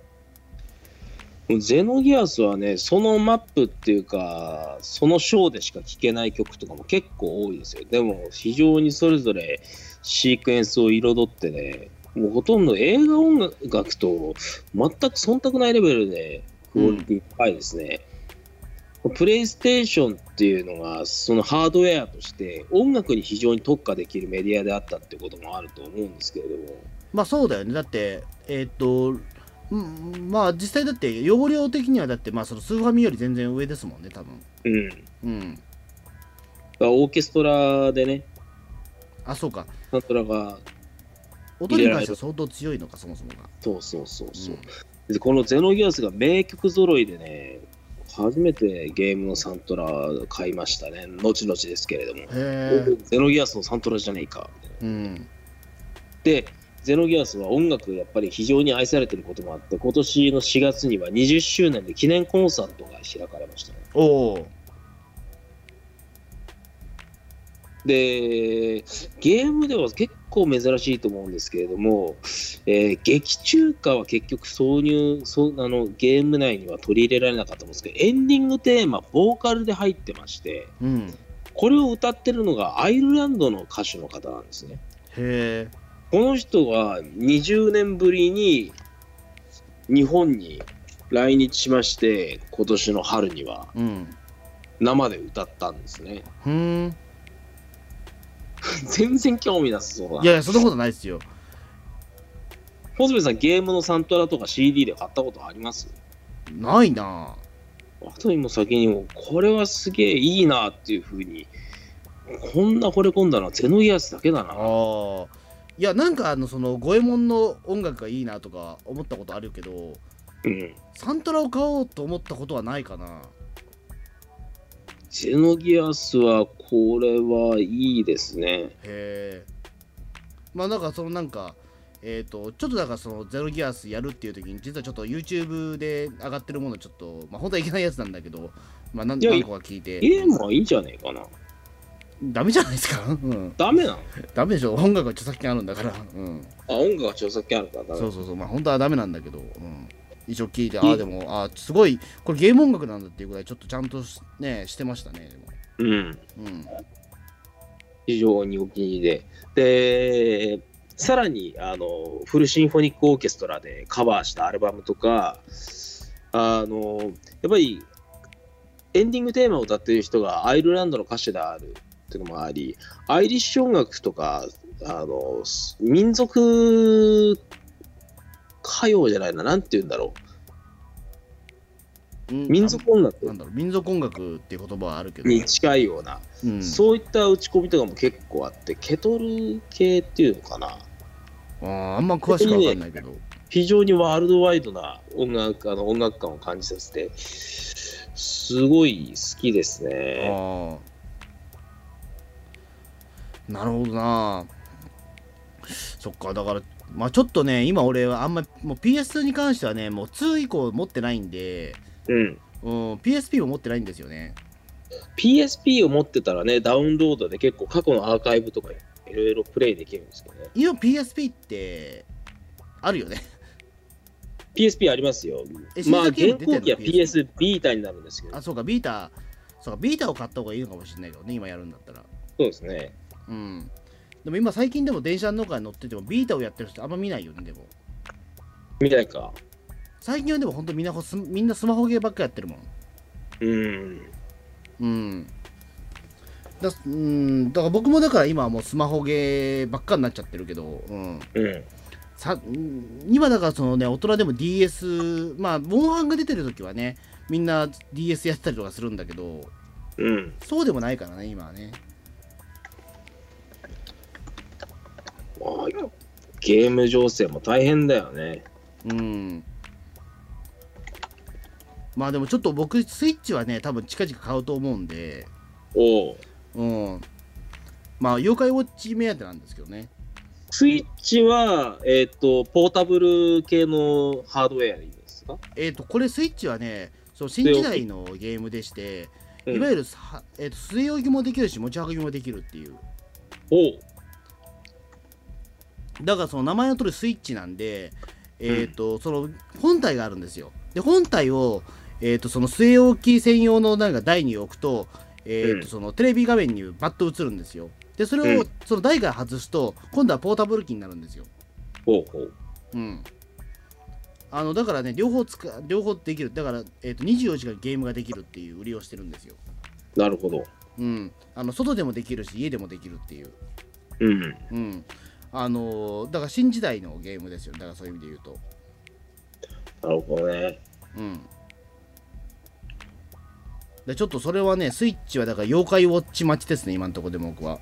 ゼノギアスはね、そのマップっていうかそのショーでしか聴けない曲とかも結構多いですよ。でも非常にそれぞれシークエンスを彩ってね、もうほとんど映画音楽と全く忖度ないレベルでクオリティ高いですね、うん、プレイステーションっていうのがそのハードウェアとして音楽に非常に特化できるメディアであったってこともあると思うんですけれども、 まあそうだよね。だってえー、っとまあ実際だって容量的にはだってまあそのスーファミより全然上ですもんね多分。 うんうんオーケストラでね、 あそうかサントラが音に関しては相当強いのかそもそもが。 そうそうそうそう、うん、でこのゼノギアスが名曲揃いでね、初めてゲームのサントラ買いましたね。後々ですけれども、 へゼノギアスのサントラじゃねえかみたいな、 うん、 でゼノギアスは音楽やっぱり非常に愛されてることもあって、今年のしがつにはにじゅっしゅうねんで記念コンサートが開かれましたね。 おお。 で、ゲームでは結構珍しいと思うんですけれども、えー劇中歌は結局挿入そうあのゲーム内には取り入れられなかったんですけど、エンディングテーマボーカルで入ってまして、 うん。 これを歌ってるのがアイルランドの歌手の方なんですね。 へえ。 この人はにじゅうねんぶりに日本に来日しまして、今年の春にはうん。 生で歌ったんですね。 ふーん。 全然興味なさそうだな。 いやいや、そんなことないですよ。 ホズベさん、ゲームのサントラとか シーディー で買ったことあります？ ないな。 後にも先にも、これはすげえいいなっていうふうに、こんな惚れ込んだのはゼノギアスだけだな。 ああ。いや、なんかあの、その、五右衛門の音楽がいいなとか思ったことあるけど、 うん。 サントラを買おうと思ったことはないかな。 ゼノギアスは、これはいいですね。 へえ。まあなんかそのなんか、えっ、と、ちょっとだからそのゼロギアスやるっていう時に、実はちょっと YouTube で上がってるものちょっと、まあ本当はいけないやつなんだけど、まあ何いや何個か聞いて、 ゲームはいいんじゃねえかな。 ダメじゃないですか。うん。 ダメなの？ ダメでしょ。音楽は著作権あるんだから。うん。 あ、音楽が著作権あるからダメ。 そうそうそう。まあ本当はダメなんだけど、うん。一応聞いて、ああでも、ああすごい、これゲーム音楽なんだっていうぐらいちょっとちゃんとね、してましたね。でもうん。 うん。 非常にお気に入りで。で、さらにあのフルシンフォニックオーケストラでカバーしたアルバムとか、あのやっぱりエンディングテーマを歌っている人がアイルランドの歌手であるっていうのもあり、アイリッシュ音楽とかあの民族歌謡じゃないな、なんて言うんだろう、 うん民族音楽なんだろう、民族音楽っていう言葉はあるけど、 に近いような、 うん、 そういった打ち込みとかも結構あって、ケトル系っていうのかな、 あーあんま詳しくわかんないけど、 非常にワールドワイドな音楽あの音楽感を感じさせて、すごい好きですね。 ああ、なるほどな。そっか、だから、まあちょっとね、今俺はあんまり、もう ピーエスツー に関してはね、もうツー以降持ってないんで、 うんうん、ピーエスピー も持ってないんですよね。 ピーエスピー を持ってたらね、ダウンロードで結構過去のアーカイブとかいろいろプレイできるんですけどね。 今 ピーエスピー ってあるよね。 ピーエスピー ありますよ。 えまあ、 新作ゲーム現行機は出てんのピーエス ビータになるんですけど。 あ、そうか、ビータ、そうか、ビータを買った方がいいのかもしれないけどね、今やるんだったら。 そうですね。 うん。でも今最近でも電車の中に乗っててもビータをやってる人あんま見ないよね、でも。 見ないか。 最近はでも本当みんなスみんなスマホゲーばっかやってるもん。 うん。 うん。だうんだから僕もだから今はもうスマホゲーばっかになっちゃってるけど、うん。 うん。 さ今だからそのね、大人でも ディーエス、まあ、モンハンが出てる時はね、みんな ディーエス やったりとかするんだけど、 うん。 そうでもないからね、今はね。 まあ、ゲーム情勢も大変だよね。 うん。まあでもちょっと僕、スイッチはね、多分近々買うと思うんで、 おう。 うん。まあ、妖怪ウォッチ目当てなんですけどね。 スイッチは、えっ、と、ポータブル系のハードウェアでいいですか？ えっ、と、これスイッチはね、そう新時代のゲームでして、 うんいわゆるさ、えー、と据え置きもできるし、持ち運びもできるっていう。 おう。 だからその名前の通りスイッチなんで、えっ、と、その本体があるんですよ。で、本体を、えっ、と、その据え置き専用のなんか台に置くと、えっ、 うんと、そのテレビ画面にバッと映るんですよ。で、それをうんその台から外すと、今度はポータブル機になるんですよ。 おうおう。 うん。あの、だからね、両方使う、両方できる。だから、えっ、と、にじゅうよじかんゲームができるっていう売りをしてるんですよ。 なるほど。 うん。あの、外でもできるし、家でもできるっていう。 うん。 うん。あのーだから新時代のゲームですよ。だからそういう意味で言うと。 なるほどね。 うん。でちょっとそれはね、スイッチはだから妖怪ウォッチ待ちですね、今のところでも僕は。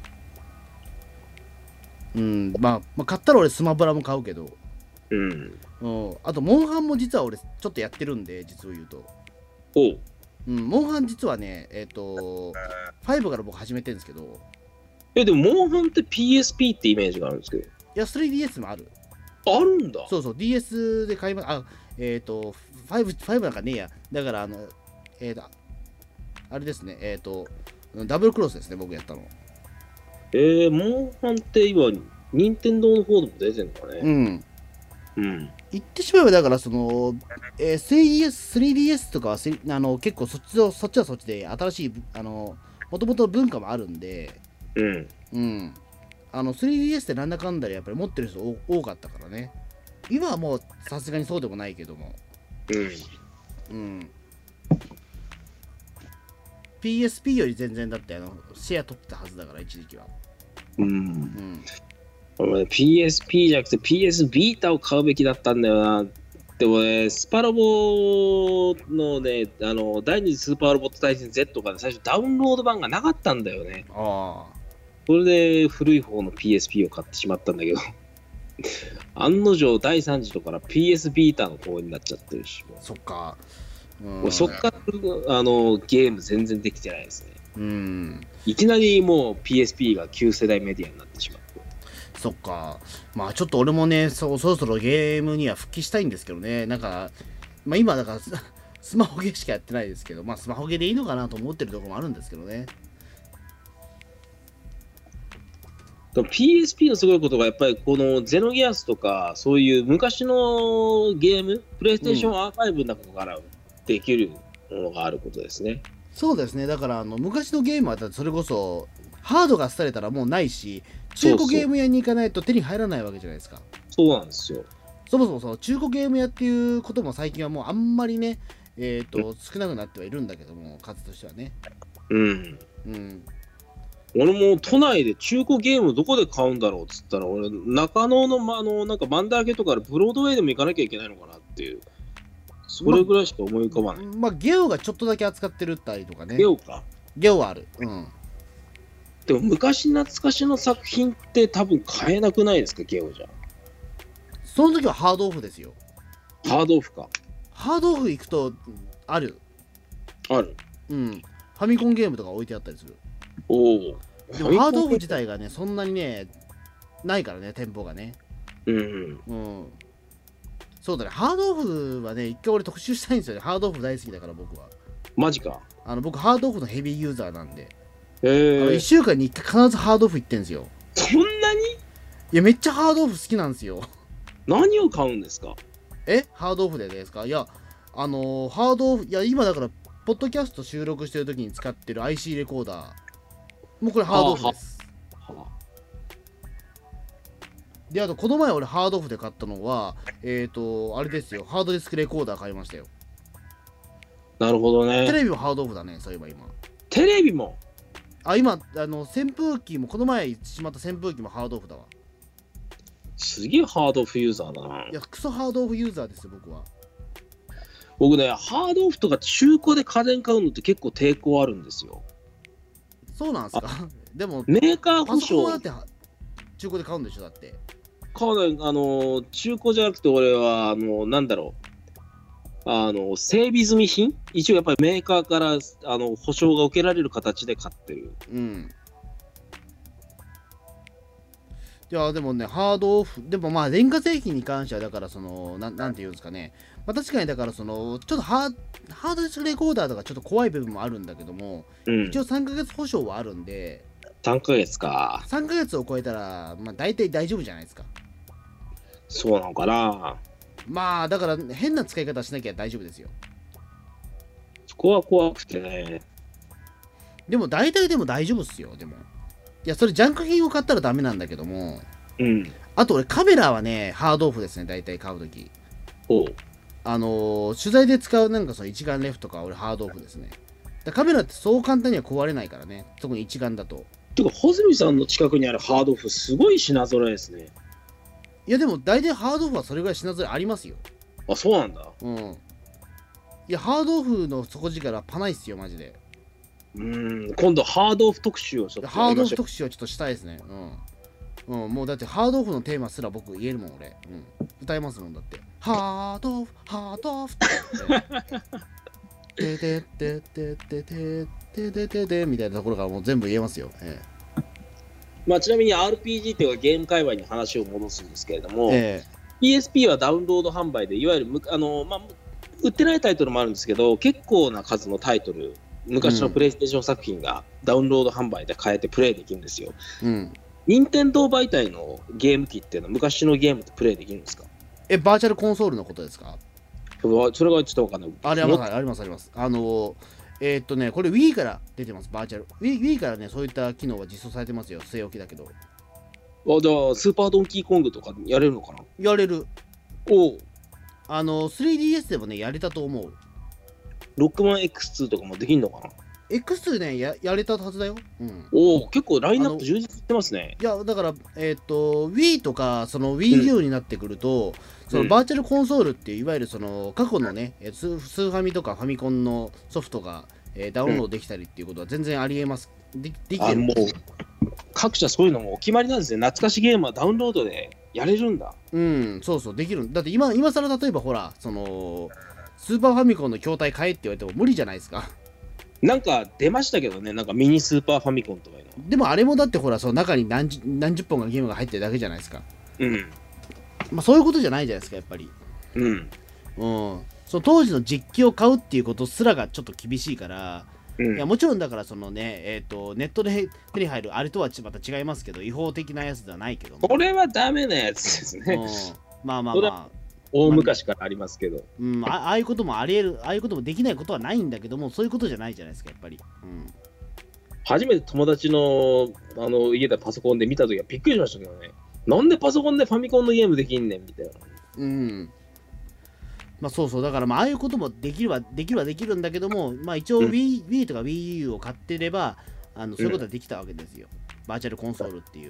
うん、まあ、まあ、買ったら俺スマブラも買うけど、 うん。 うん、あと、モンハンも実は俺ちょっとやってるんで、実を言うと。 おう。 うん、モンハン実はね、えっ、と、ごから僕始めてるんですけど、 え、でも、モンハンって ピーエスピー ってイメージがあるんですけど。 や スリーディーエス もある。 あるんだ。 そうそう ディーエス で買いまあえっ、ー、とご、ごなんかねえや。だからあのえっ、ー、とあれですねえっ、ー、とダブルクロスですね僕やったの。 えー、モンハンって今任天堂の方でも出てんのかね。 うんうん。 言ってしまえばだからその、えー、スリーディーエス、スリーディーエス とかはあの結構そっちそっちはそっちで新しいあのもともと文化もあるんで、 うん。 うん、あの スリーディーエス ってなんだかんだでやっぱり持ってる人多かったからね。今はもうさすがにそうでもないけども、うん、うん、ピーエスピー より全然だってあのシェア取ってたはずだから一時期は。 うん。 うん、 ピーエスピー じゃなくて ピーエス ビータを買うべきだったんだよな。でもね、スパロボのね、あの第二次スーパーロボット対戦 Z が、ね、最初ダウンロード版がなかったんだよね。 ああ。 それで古い方の ピーエスピー を買ってしまったんだけど、案の定第三次とから ピーエス ビータの方になっちゃってるし、もうそっか。 もうそっからあのゲーム全然できてないですね。 うん。 いきなりもう ピーエスピー が旧世代メディアになってしまって。 そっか。まあちょっと俺もね、そ, そろそろゲームには復帰したいんですけどね。なんか、まあ今だからスマホゲーしかやってないですけど、まあスマホゲーでいいのかなと思ってるところもあるんですけどね。 ピーエスピー のすごいことがやっぱりこのゼノギアスとかそういう昔のゲーム、プレイステーションアーカイブの中からできるものがあることですね。 うん、そうですね。だからあの昔のゲームはだってそれこそハードが廃れたらもうないし、中古ゲーム屋に行かないと手に入らないわけじゃないですか。 そうなんですよ。 そもそもその中古ゲーム屋っていうことも最近はもうあんまりね、えっ、ー、と少なくなってはいるんだけども、数としてはね。 うん。 うん。 俺も都内で中古ゲームどこで買うんだろうっつったら、俺中野の、あのなんかマンダラケとかでブロードウェイでも行かなきゃいけないのかなっていう、それぐらいしか思い浮かばない。 ま、まあゲオがちょっとだけ扱ってるったりとかね。 ゲオか。 ゲオはある。うん。 でも昔懐かしの作品って多分買えなくないですか、ゲオじゃ。 その時はハードオフですよ。 ハードオフか。 ハードオフ行くとある。 ある。 うん。ファミコンゲームとか置いてあったりする。 おお。 でもハードオフ自体がね、そんなにね、ないからね、店舗がね。 うん。 うん。そうだね、ハードオフはね、一回俺特集したいんですよね。ハードオフ大好きだから僕は。 マジか。 あの僕、ハードオフのヘビーユーザーなんで。 へえ。 いっしゅうかんにいっかい必ずハードオフ行ってんですよ。 そんなに？ いや、めっちゃハードオフ好きなんですよ。 何を買うんですか？ えハードオフでですか？いや、あのー、ハードオフ、いや、今だから、ポッドキャスト収録してる時に使ってる アイシー レコーダー。もうこれハードオフです。ははで、あと、この前俺ハードオフで買ったのは、えっ、ー、と、あれですよ、ハードディスクレコーダー買いましたよ。 なるほどね。 テレビもハードオフだね、そういえば今。 テレビも？ あ、今、あの、扇風機も、この前言ってしまった扇風機もハードオフだわ。 すげえハードオフユーザーだな。 いや、クソハードオフユーザーですよ、僕は。 僕ね、ハードオフとか中古で家電買うのって結構抵抗あるんですよ。 そうなんですか？でも、 メーカー保パソコンはだ証って中古で買うんでしょ、だって。 買わない、あの、中古じゃなくて俺は、あの、なんだろう。あの、整備済み品一応やっぱりメーカーからあの保証が受けられる形で買ってる。 うん。いや、でもね、ハードオフ、でもまあ、電化製品に関しては、だから、その、ななんていうんですかね。まあ、確かに、だから、その、ちょっとハーハードディスクレコーダーとかちょっと怖い部分もあるんだけども、 うん、 一応さんかげつ保証はあるんで、 さんかげつか。 さんかげつを超えたら、まあ、大体大丈夫じゃないですか。 そうなのかな。 まあ、だから、変な使い方しなきゃ大丈夫ですよ。 そこは怖くてね。 でも、大体でも大丈夫っすよ、でも。いや、それジャンク品を買ったらダメなんだけども、 うん。 あと俺カメラはね、ハードオフですね、大体買うとき。 おう。 あのー、取材で使うなんかその一眼レフとか俺ハードオフですね。だカメラってそう簡単には壊れないからね、特に一眼だと。 てか、穂積さんの近くにあるハードオフ、すごい品揃えですね。 いや、でも大体ハードオフはそれぐらい品揃えありますよ。 あ、そうなんだ。 うん。いや、ハードオフの底力はパないっすよ、マジで。 うん、今度ハードオフ特集をちょっとハードオフ特集はちょっとしたいですね。うん。うん、もうだってハードオフのテーマすら僕言えるもん、俺。うん。歌いますもん、だって。ハードオフ、ハードオフって。ててててててててててみたいなところからもう全部言えますよ。ええ、 まあ、ちなみに アールピージー っていうかゲーム界隈に話を戻すんですけれども、 えピーエスピー はダウンロード販売で、いわゆるむあの、まあ、売ってないタイトルもあるんですけど、結構な数のタイトル、昔のプレイステーション作品がダウンロード販売で買えてプレイできるんですよ。 え、うん。 任天堂媒体のゲーム機っていうのは昔のゲームってプレイできるんですか？ え、バーチャルコンソールのことですか？ うわそれがちょっとわかんない。 あります、あります、あります。あの、えーっとね、これ Wii から出てます、バーチャル。Wii, Wii からね、そういった機能は実装されてますよ、据え置きだけど。 あ、じゃあ、スーパードンキーコングとかやれるのかな？ やれる。 おう、 あの、スリーディーエス でもね、やれたと思う。 ロックマン エックスツー とかもできるのかな？ エックスツー ね、ややれたはずだよ。うん。 おお、結構ラインナップ充実してますね。 いや、だから、えっ、と、Wii とか、その Wii U になってくると、うん、そのバーチャルコンソールっていう、いわゆるその過去のね、ススーファミとかファミコンのソフトが、えーダウンロードできたりっていうことは全然ありえます。でできてるんですよ。 各社そういうのもお決まりなんですね。懐かしゲームはダウンロードでやれるんだ。 うん、そうそう、できる。だって今、今更例えばほら、その、スーパーファミコンの筐体買えって言われても無理じゃないですか。 なんか出ましたけどね、なんかミニスーパーファミコンとかいうの。 でもあれもだってほら、その中に何十何十本がゲームが入ってるだけじゃないですか。 うん。 まあそういうことじゃないじゃないですか、やっぱり。 うん。 うん。その当時の実機を買うっていうことすらがちょっと厳しいから、 うん、 いやもちろんだからそのね、えーと、ネットで手に入るあれとはまた違いますけど、違法的なやつではないけども。 これはダメなやつですね。 うん、まあまあまあ。 大昔からありますけど、 うん、あ, ああいうこともありえる、ああいうこともできないことはないんだけども、そういうことじゃないじゃないですか、やっぱり。うん、 初めて友達のあの家でパソコンで見たときはびっくりしましたけどね。なんでパソコンでファミコンのゲームできんねんみたいな。 うん。まあそうそう、だからまあああいうこともできるはできるはできるんだけども、まあ一応 Wii,、うん、Wii とか WiiU を買ってれば、あのそういうことはできたわけですよ。うん、バーチャルコンソールっていう。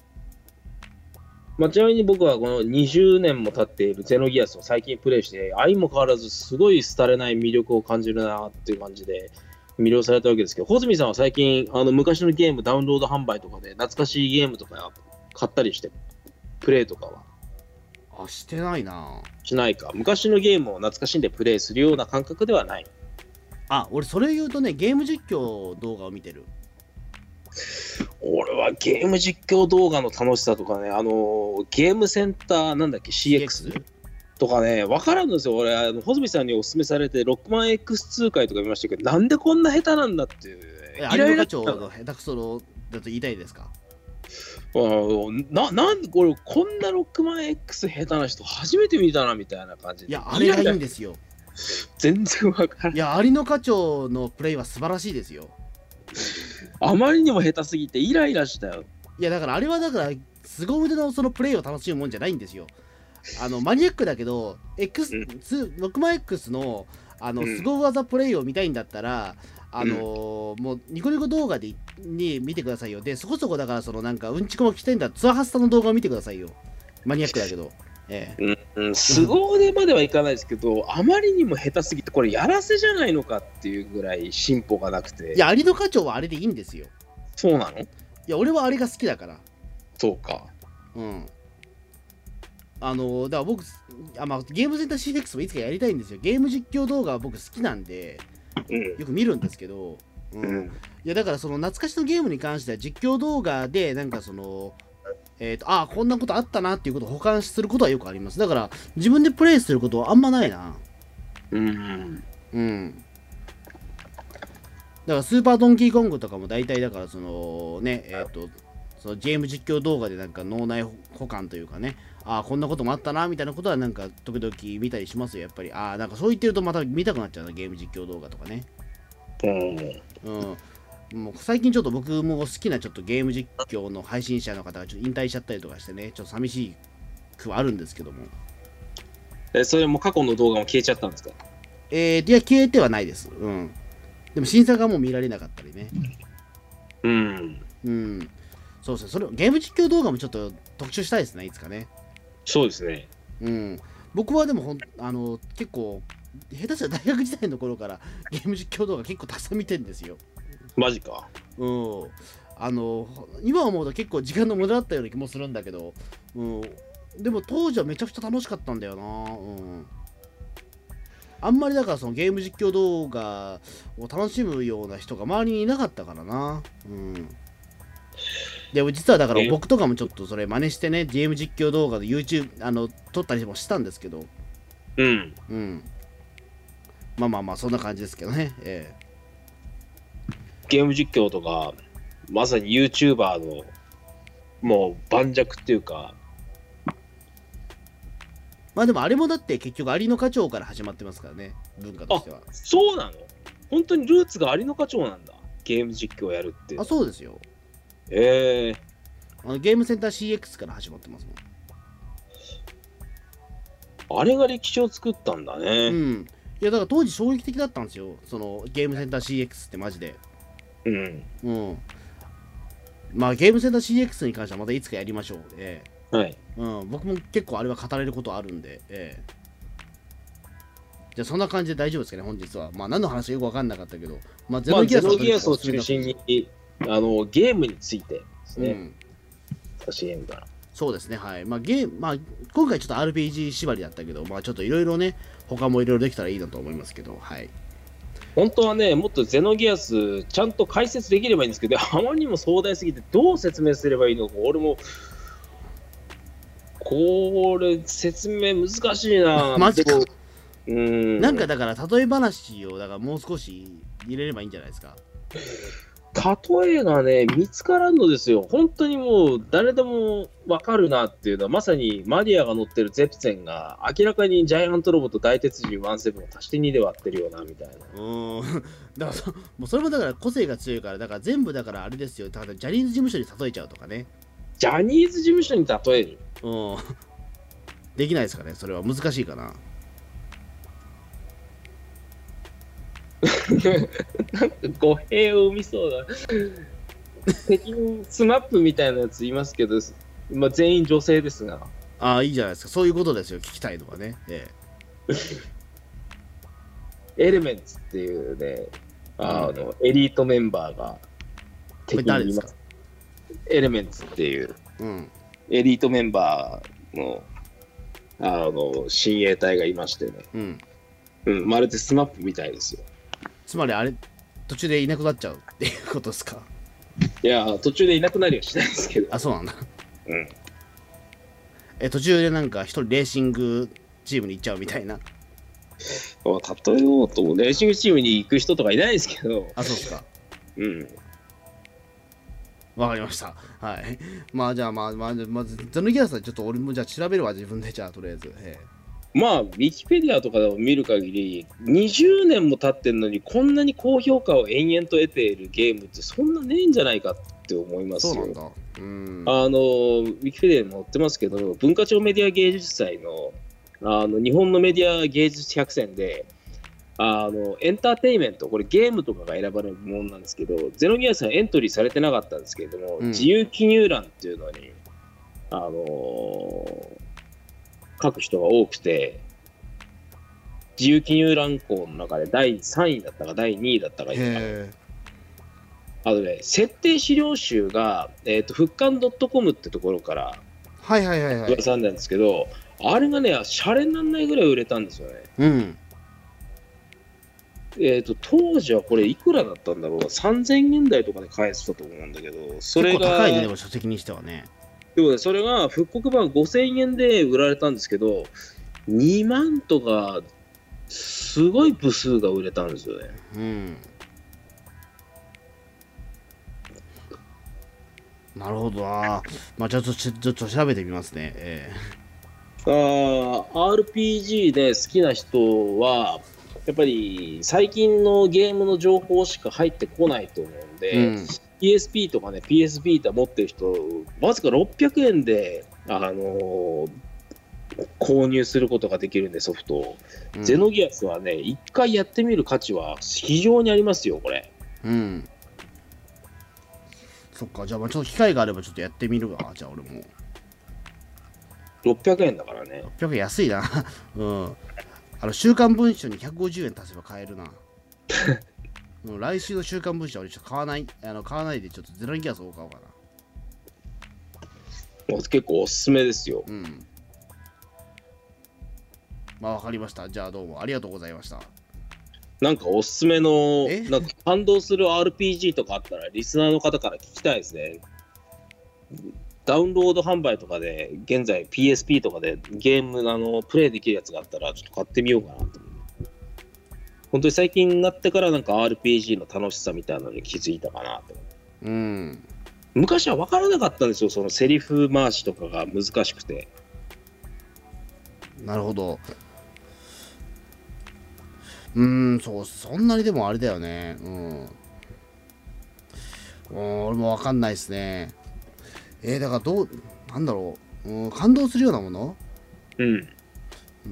まあ、ちなみに僕はこのにじゅうねんも経っているゼノギアスを最近プレイして、相も変わらずすごい廃れない魅力を感じるなっていう感じで魅了されたわけですけど、穂積さんは最近あの昔のゲームダウンロード販売とかで懐かしいゲームとか買ったりしてプレイとかはあしてないな。 しないか。昔のゲームを懐かしんでプレイするような感覚ではない。 あ、俺それ言うとね、ゲーム実況動画を見てる。 俺はゲーム実況動画の楽しさとかね、あのー、ゲームセンターなんだっけ シーエックス とかね、分からんのですよ。俺、あの穂積さんにお勧めされてロックマン エックスツー 回とか見ましたけど、なんでこんな下手なんだっていう。 イライラ長の下手くそのだと言いたいですか？ な, なんでこれこんなロックマン X 下手な人初めて見たなみたいな感じで。 いや、あれがいいんですよ。 全然分からん。 いや、有野課長のプレイは素晴らしいですよ。 あまりにも下手すぎてイライラしたよ。 いやだからあれはだから凄腕のそのプレイを楽しむもんじゃないんですよ。あのマニアックだけど X、うん、ロックマン X のあの凄技プレイを見たいんだったら、うん、あのー、もうニコニコ動画でに見てくださいよ。でそこそこだからそのなんかうんちくも聞きたいんだったらツアハスタの動画を見てくださいよ。マニアックだけど。ええ、 うんうん、凄腕まではいかないですけど、あまりにも下手すぎてこれやらせじゃないのかっていうぐらい進歩がなくて。 いや有野課長はあれでいいんですよ。 そうなの？いや俺はあれが好きだから。 そうか。 うん。あのだから僕あ、まあ、ゲームセンター シーエックス もいつかやりたいんですよ。ゲーム実況動画は僕好きなんで、うん、よく見るんですけど、うんうん、いやだからその懐かしのゲームに関しては実況動画でなんかそのえーと、ああこんなことあったなっていうことを保管することはよくあります。だから自分でプレイすることはあんまないな。 うんうんだからスーパードンキーコングとかも大体だからそのねえっ、ー、とそのゲーム実況動画でなんか脳内保管というかね、ああこんなこともあったなみたいなことはなんか時々見たりしますよやっぱり。ああなんかそう言ってるとまた見たくなっちゃうな、ゲーム実況動画とかね。うんもう最近ちょっと僕も好きなちょっとゲーム実況の配信者の方がちょっと引退しちゃったりとかしてね、ちょっと寂しくはあるんですけども。 えそれも過去の動画も消えちゃったんですか？ えー、いや消えてはないです。うん。でも審査がもう見られなかったりね。 うん。 うん。そうですね。それゲーム実況動画もちょっと特集したいですね、いつかね。 そうですね。 うん。僕はでもほんあの結構下手したら大学時代の頃からゲーム実況動画結構たくさん見てるんですよ。 マジか。 うん。あの今思うと結構時間の無駄だったような気もするんだけど、うん。でも当時はめちゃくちゃ楽しかったんだよな。うん。あんまりだからそのゲーム実況動画を楽しむような人が周りにいなかったからな。うん。 でも実はだからえ僕とかもちょっとそれ真似してね、ゲーム実況動画で YouTube あの撮ったりもしたんですけど、 うん。 うん。まあまあまあそんな感じですけどね。えゲーム実況とか、まさに YouTuber のもう盤石っていうか、 まあでもあれもだって結局有野課長から始まってますからね、文化としては。 そうなの？本当にルーツが有野課長なんだ。ゲーム実況をやるっていうあ、。そうですよ。 ええあのゲームセンター シーエックス から始まってますもん。 あれが歴史を作ったんだうね。 ん。いやだから当時衝撃的だったんですよ、そのゲームセンター シーエックス ってマジで。 うん。 うん。まあゲームセンター シーエックス に関してはまたいつかやりましょう。えはい。 えうん、僕も結構あれは語れることあるんで、ええじゃあそんな感じで大丈夫ですかね、本日は。まあ何の話かよく分かんなかったけど、まあゼまあ、 ノギアスはゼノギアスをとにかくおすすめだ中心に、あの、ゲームについてですね、 うん、 差し上げるから。 そうですね、はい。まあゲーム、まあ今回ちょっと アールピージー 縛りだったけど、まあちょっといろいろね、他もいろいろできたらいいなと思いますけど、はい。 本当はね、もっとゼノギアス、ちゃんと解説できればいいんですけど、あまりにも壮大すぎて、どう説明すればいいのか、俺も、これ、説明難しいな。 マジかでもうーん。 なんかだから例え話をだからもう少し入れればいいんじゃないですか。 例えがね、見つからんのですよ。本当にもう、誰でもわかるなっていうのは、まさにマリアが乗ってるゼプセンが、明らかにジャイアントロボと大鉄人じゅうななを足してにで割ってるような、みたいな。 うーん。だからそ、もうそれもだから個性が強いから、だから全部だからあれですよ。だからジャニーズ事務所に例えちゃうとかね。 ジャニーズ事務所に例える。 うん。できないですかね、それは難しいかな。 なんか語弊を生みそうだ。敵にスマップみたいなやついますけど、まあ、全員女性ですが。 ああ、いいじゃないですか。そういうことですよ、聞きたいのはね。えエレメンツっていうね、あの、エリートメンバーがえ。これ敵誰ですか？ にいます。エレメンツっていううん。 エリートメンバーのあの親衛隊がいましてね、 うん。 うん、まるでスマップみたいですよ。 つまりあれ、途中でいなくなっちゃうっていうことですか？ いや、途中でいなくなりはしないですけど、 あ、そうなんだ。 うん、 え、途中でなんか一人レーシングチームに行っちゃうみたいな。 例えようともレーシングチームに行く人とかいないですけど、 あ、そうですか。 うん、 わかりました。はい。まあじゃあまあまあ、まず、ザヌギアさん、ちょっと俺もじゃあ調べるわ、自分で、じゃあとりあえず。えまあ、ウィキペディアとかでも見る限り、にじゅうねんも経ってんのに、こんなに高評価を延々と得ているゲームってそんなねえんじゃないかって思いますよ。 そうなんだ。うん。 あのウィキペディアに載ってますけど、文化庁メディア芸術祭のあの日本のメディア芸術百選で、あのエンターテインメント、これゲームとかが選ばれる部門なんですけど、ゼノギアさんエントリーされてなかったんですけれども、 うん自由記入欄っていうのに、あのー書く人が多くて、自由記入欄項の中でだいさんいだったかだいにいだったか、 へあとね、設定資料集が、えーと、復刊 .com ってところからはいはいはいはい。 噂なんですけど、あれがね、シャレにならないぐらい売れたんですよね。 うん。 えーと、当時はこれいくらだったんだろう、さんぜんえん台とかで買えてたと思うんだけど、それ結構が、 高いね、でも書籍にしてはね。 でもね、それが復刻版ごせんえんで売られたんですけど、にまんとか、すごい部数が売れたんですよね。 うん。なるほどな。まあちょっとちょちょっと調べてみますね。えあー アールピージー で好きな人は、やっぱり最近のゲームの情報しか入ってこないと思うんで、 えうん。 ピーエスピー とかね、ピーエスビータ持ってる人、わずかろっぴゃくえんで、あのー購入することができるんで、ソフトを。 うんゼノギアスはね、一回やってみる価値は非常にありますよ、これ。 うん。そっか、じゃあまあちょっと機会があればちょっとやってみるわ。じゃあ俺も。 ろっぴゃくえんだからね。 ろっぴゃくえん安いな。うん。あの、週刊文春にひゃくごじゅうえん足せば買えるな。うん、来週の週刊文春は俺ちょっと買わない、あの買わないでちょっとゼロギアスを買おうかな。 結構おすすめですよ。 うん。まあわかりました。じゃあどうもありがとうございました。 なんかおすすめのえ、 なんか感動する アールピージー とかあったら、リスナーの方から聞きたいですね。 ダウンロード販売とかで現在 ピーエスピー とかでゲームあのプレイできるやつがあったらちょっと買ってみようかなと思う。本当に最近になってからなんか アールピージー の楽しさみたいなのに気づいたかなと。 うん。 昔は分からなかったんですよ、そのセリフ回しとかが難しくて。 なるほど。うーん、そう、そんなにでもあれだよね。うん。俺も分かんないですね。えー、だからどう、なんだろう。うん、感動するようなもの？ うん。 うん。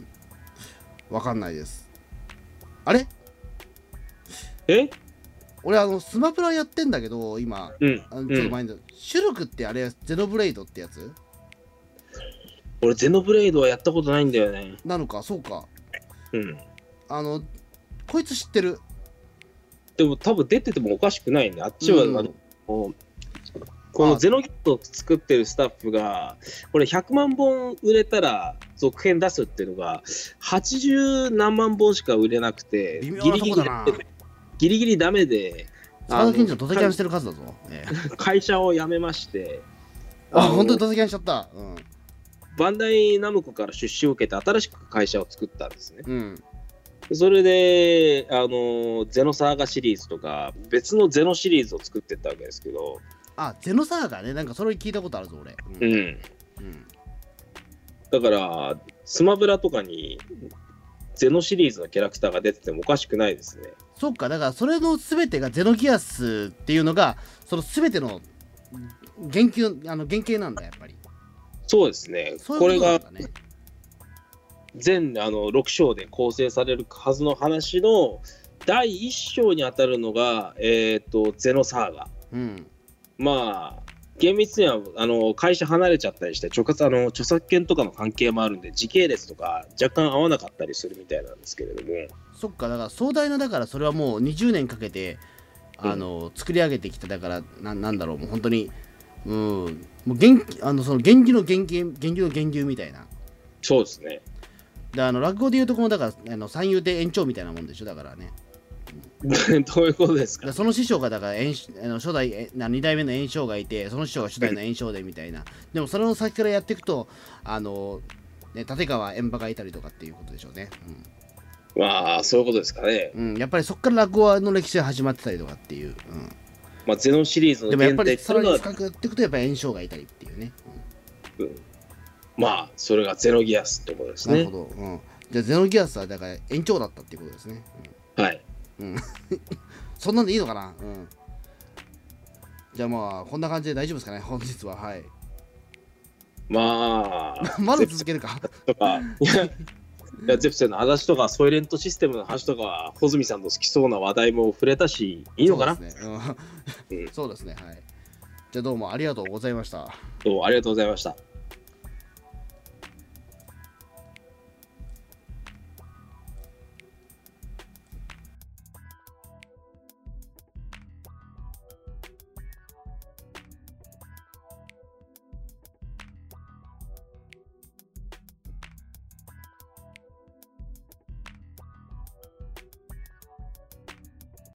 分かんないです。あれ？ え？ 俺あのスマブラやってんだけど今、 うん、 あのちょっと前に、うん、シュルクってあれゼノブレイドってやつ？ 俺ゼノブレイドはやったことないんだよね。 なのか、そうか。 うん。 あのこいつ知ってる。 でも多分出ててもおかしくないね。あっちは、うん、あのこのゼノギットを作ってるスタッフがこれひゃくまんぼん売れたら続編出すっていうのがはちじゅうなんまんぼんしか売れなくて、 微妙なとこだな。 ギリギリダメで、 沢田賢治ドタキャンしてる数だぞ。 会社を辞めまして、 あ、本当にドタキャンしちゃった。うん、 バンダイナムコから出資を受けて新しく会社を作ったんですね。 うん、 それで、あのゼノサーガシリーズとか別のゼノシリーズを作ってったわけですけど。 あ、ゼノサーガね、なんかそれ聞いたことあるぞ俺。うん。うん、 だからスマブラとかにゼノシリーズのキャラクターが出ててもおかしくないですね。 そっか、だからそれの全てがゼノギアスっていうのがその全ての原型、あの原型なんだやっぱり。 そうですね。 そういうことなんだね。 これが全あのろく章で構成されるはずの話のだいいっ章にあたるのが、えー、とゼノサーガ。 うん、 まあ厳密にはあの会社離れちゃったりして著あの著作権とかの関係もあるんで時系列とか若干合わなかったりするみたいなんですけれども。 そっか、だから壮大な、だからそれはもうにじゅうねんかけてあの、うん、作り上げてきた。だからな、なんだろう、もう本当に、うん、もう原あのその原牛の原牛原牛の原牛みたいな。 そうですね。であの落語でいうとこのだからあの三遊亭延長みたいなもんでしょ。だからね。 どういうことですか？ その師匠がだから延あの初代に代目の延長がいて、その師匠が初代の延長でみたいな。でもそれの先からやっていくとあの、ね、立川円馬がいたりとかっていうことでしょうね。 うん、まあそういうことですかね。 うん、やっぱりそこから落語の歴史が始まってたりとかっていう。うん、 まあゼノシリーズのでもやっぱりさらに深くやっていくとやっぱり延長がいたりっていうね。 うんうん、まあそれがゼノギアスってことですね。 なるほど。うん、じゃあゼノギアスはだから延長だったっていうことですね。 うん、はい。 うん、そんなんでいいのかな。うん、じゃあまあこんな感じで大丈夫ですかね本日は。はい。 まあまだ続けるかとかいやいやゼプセンの話とかソイレントシステムの話とか穂積さんの好きそうな話題も触れたしいいのかな。そうですね、うん、そうですね。はい。じゃあどうもありがとうございました。どうもありがとうございました。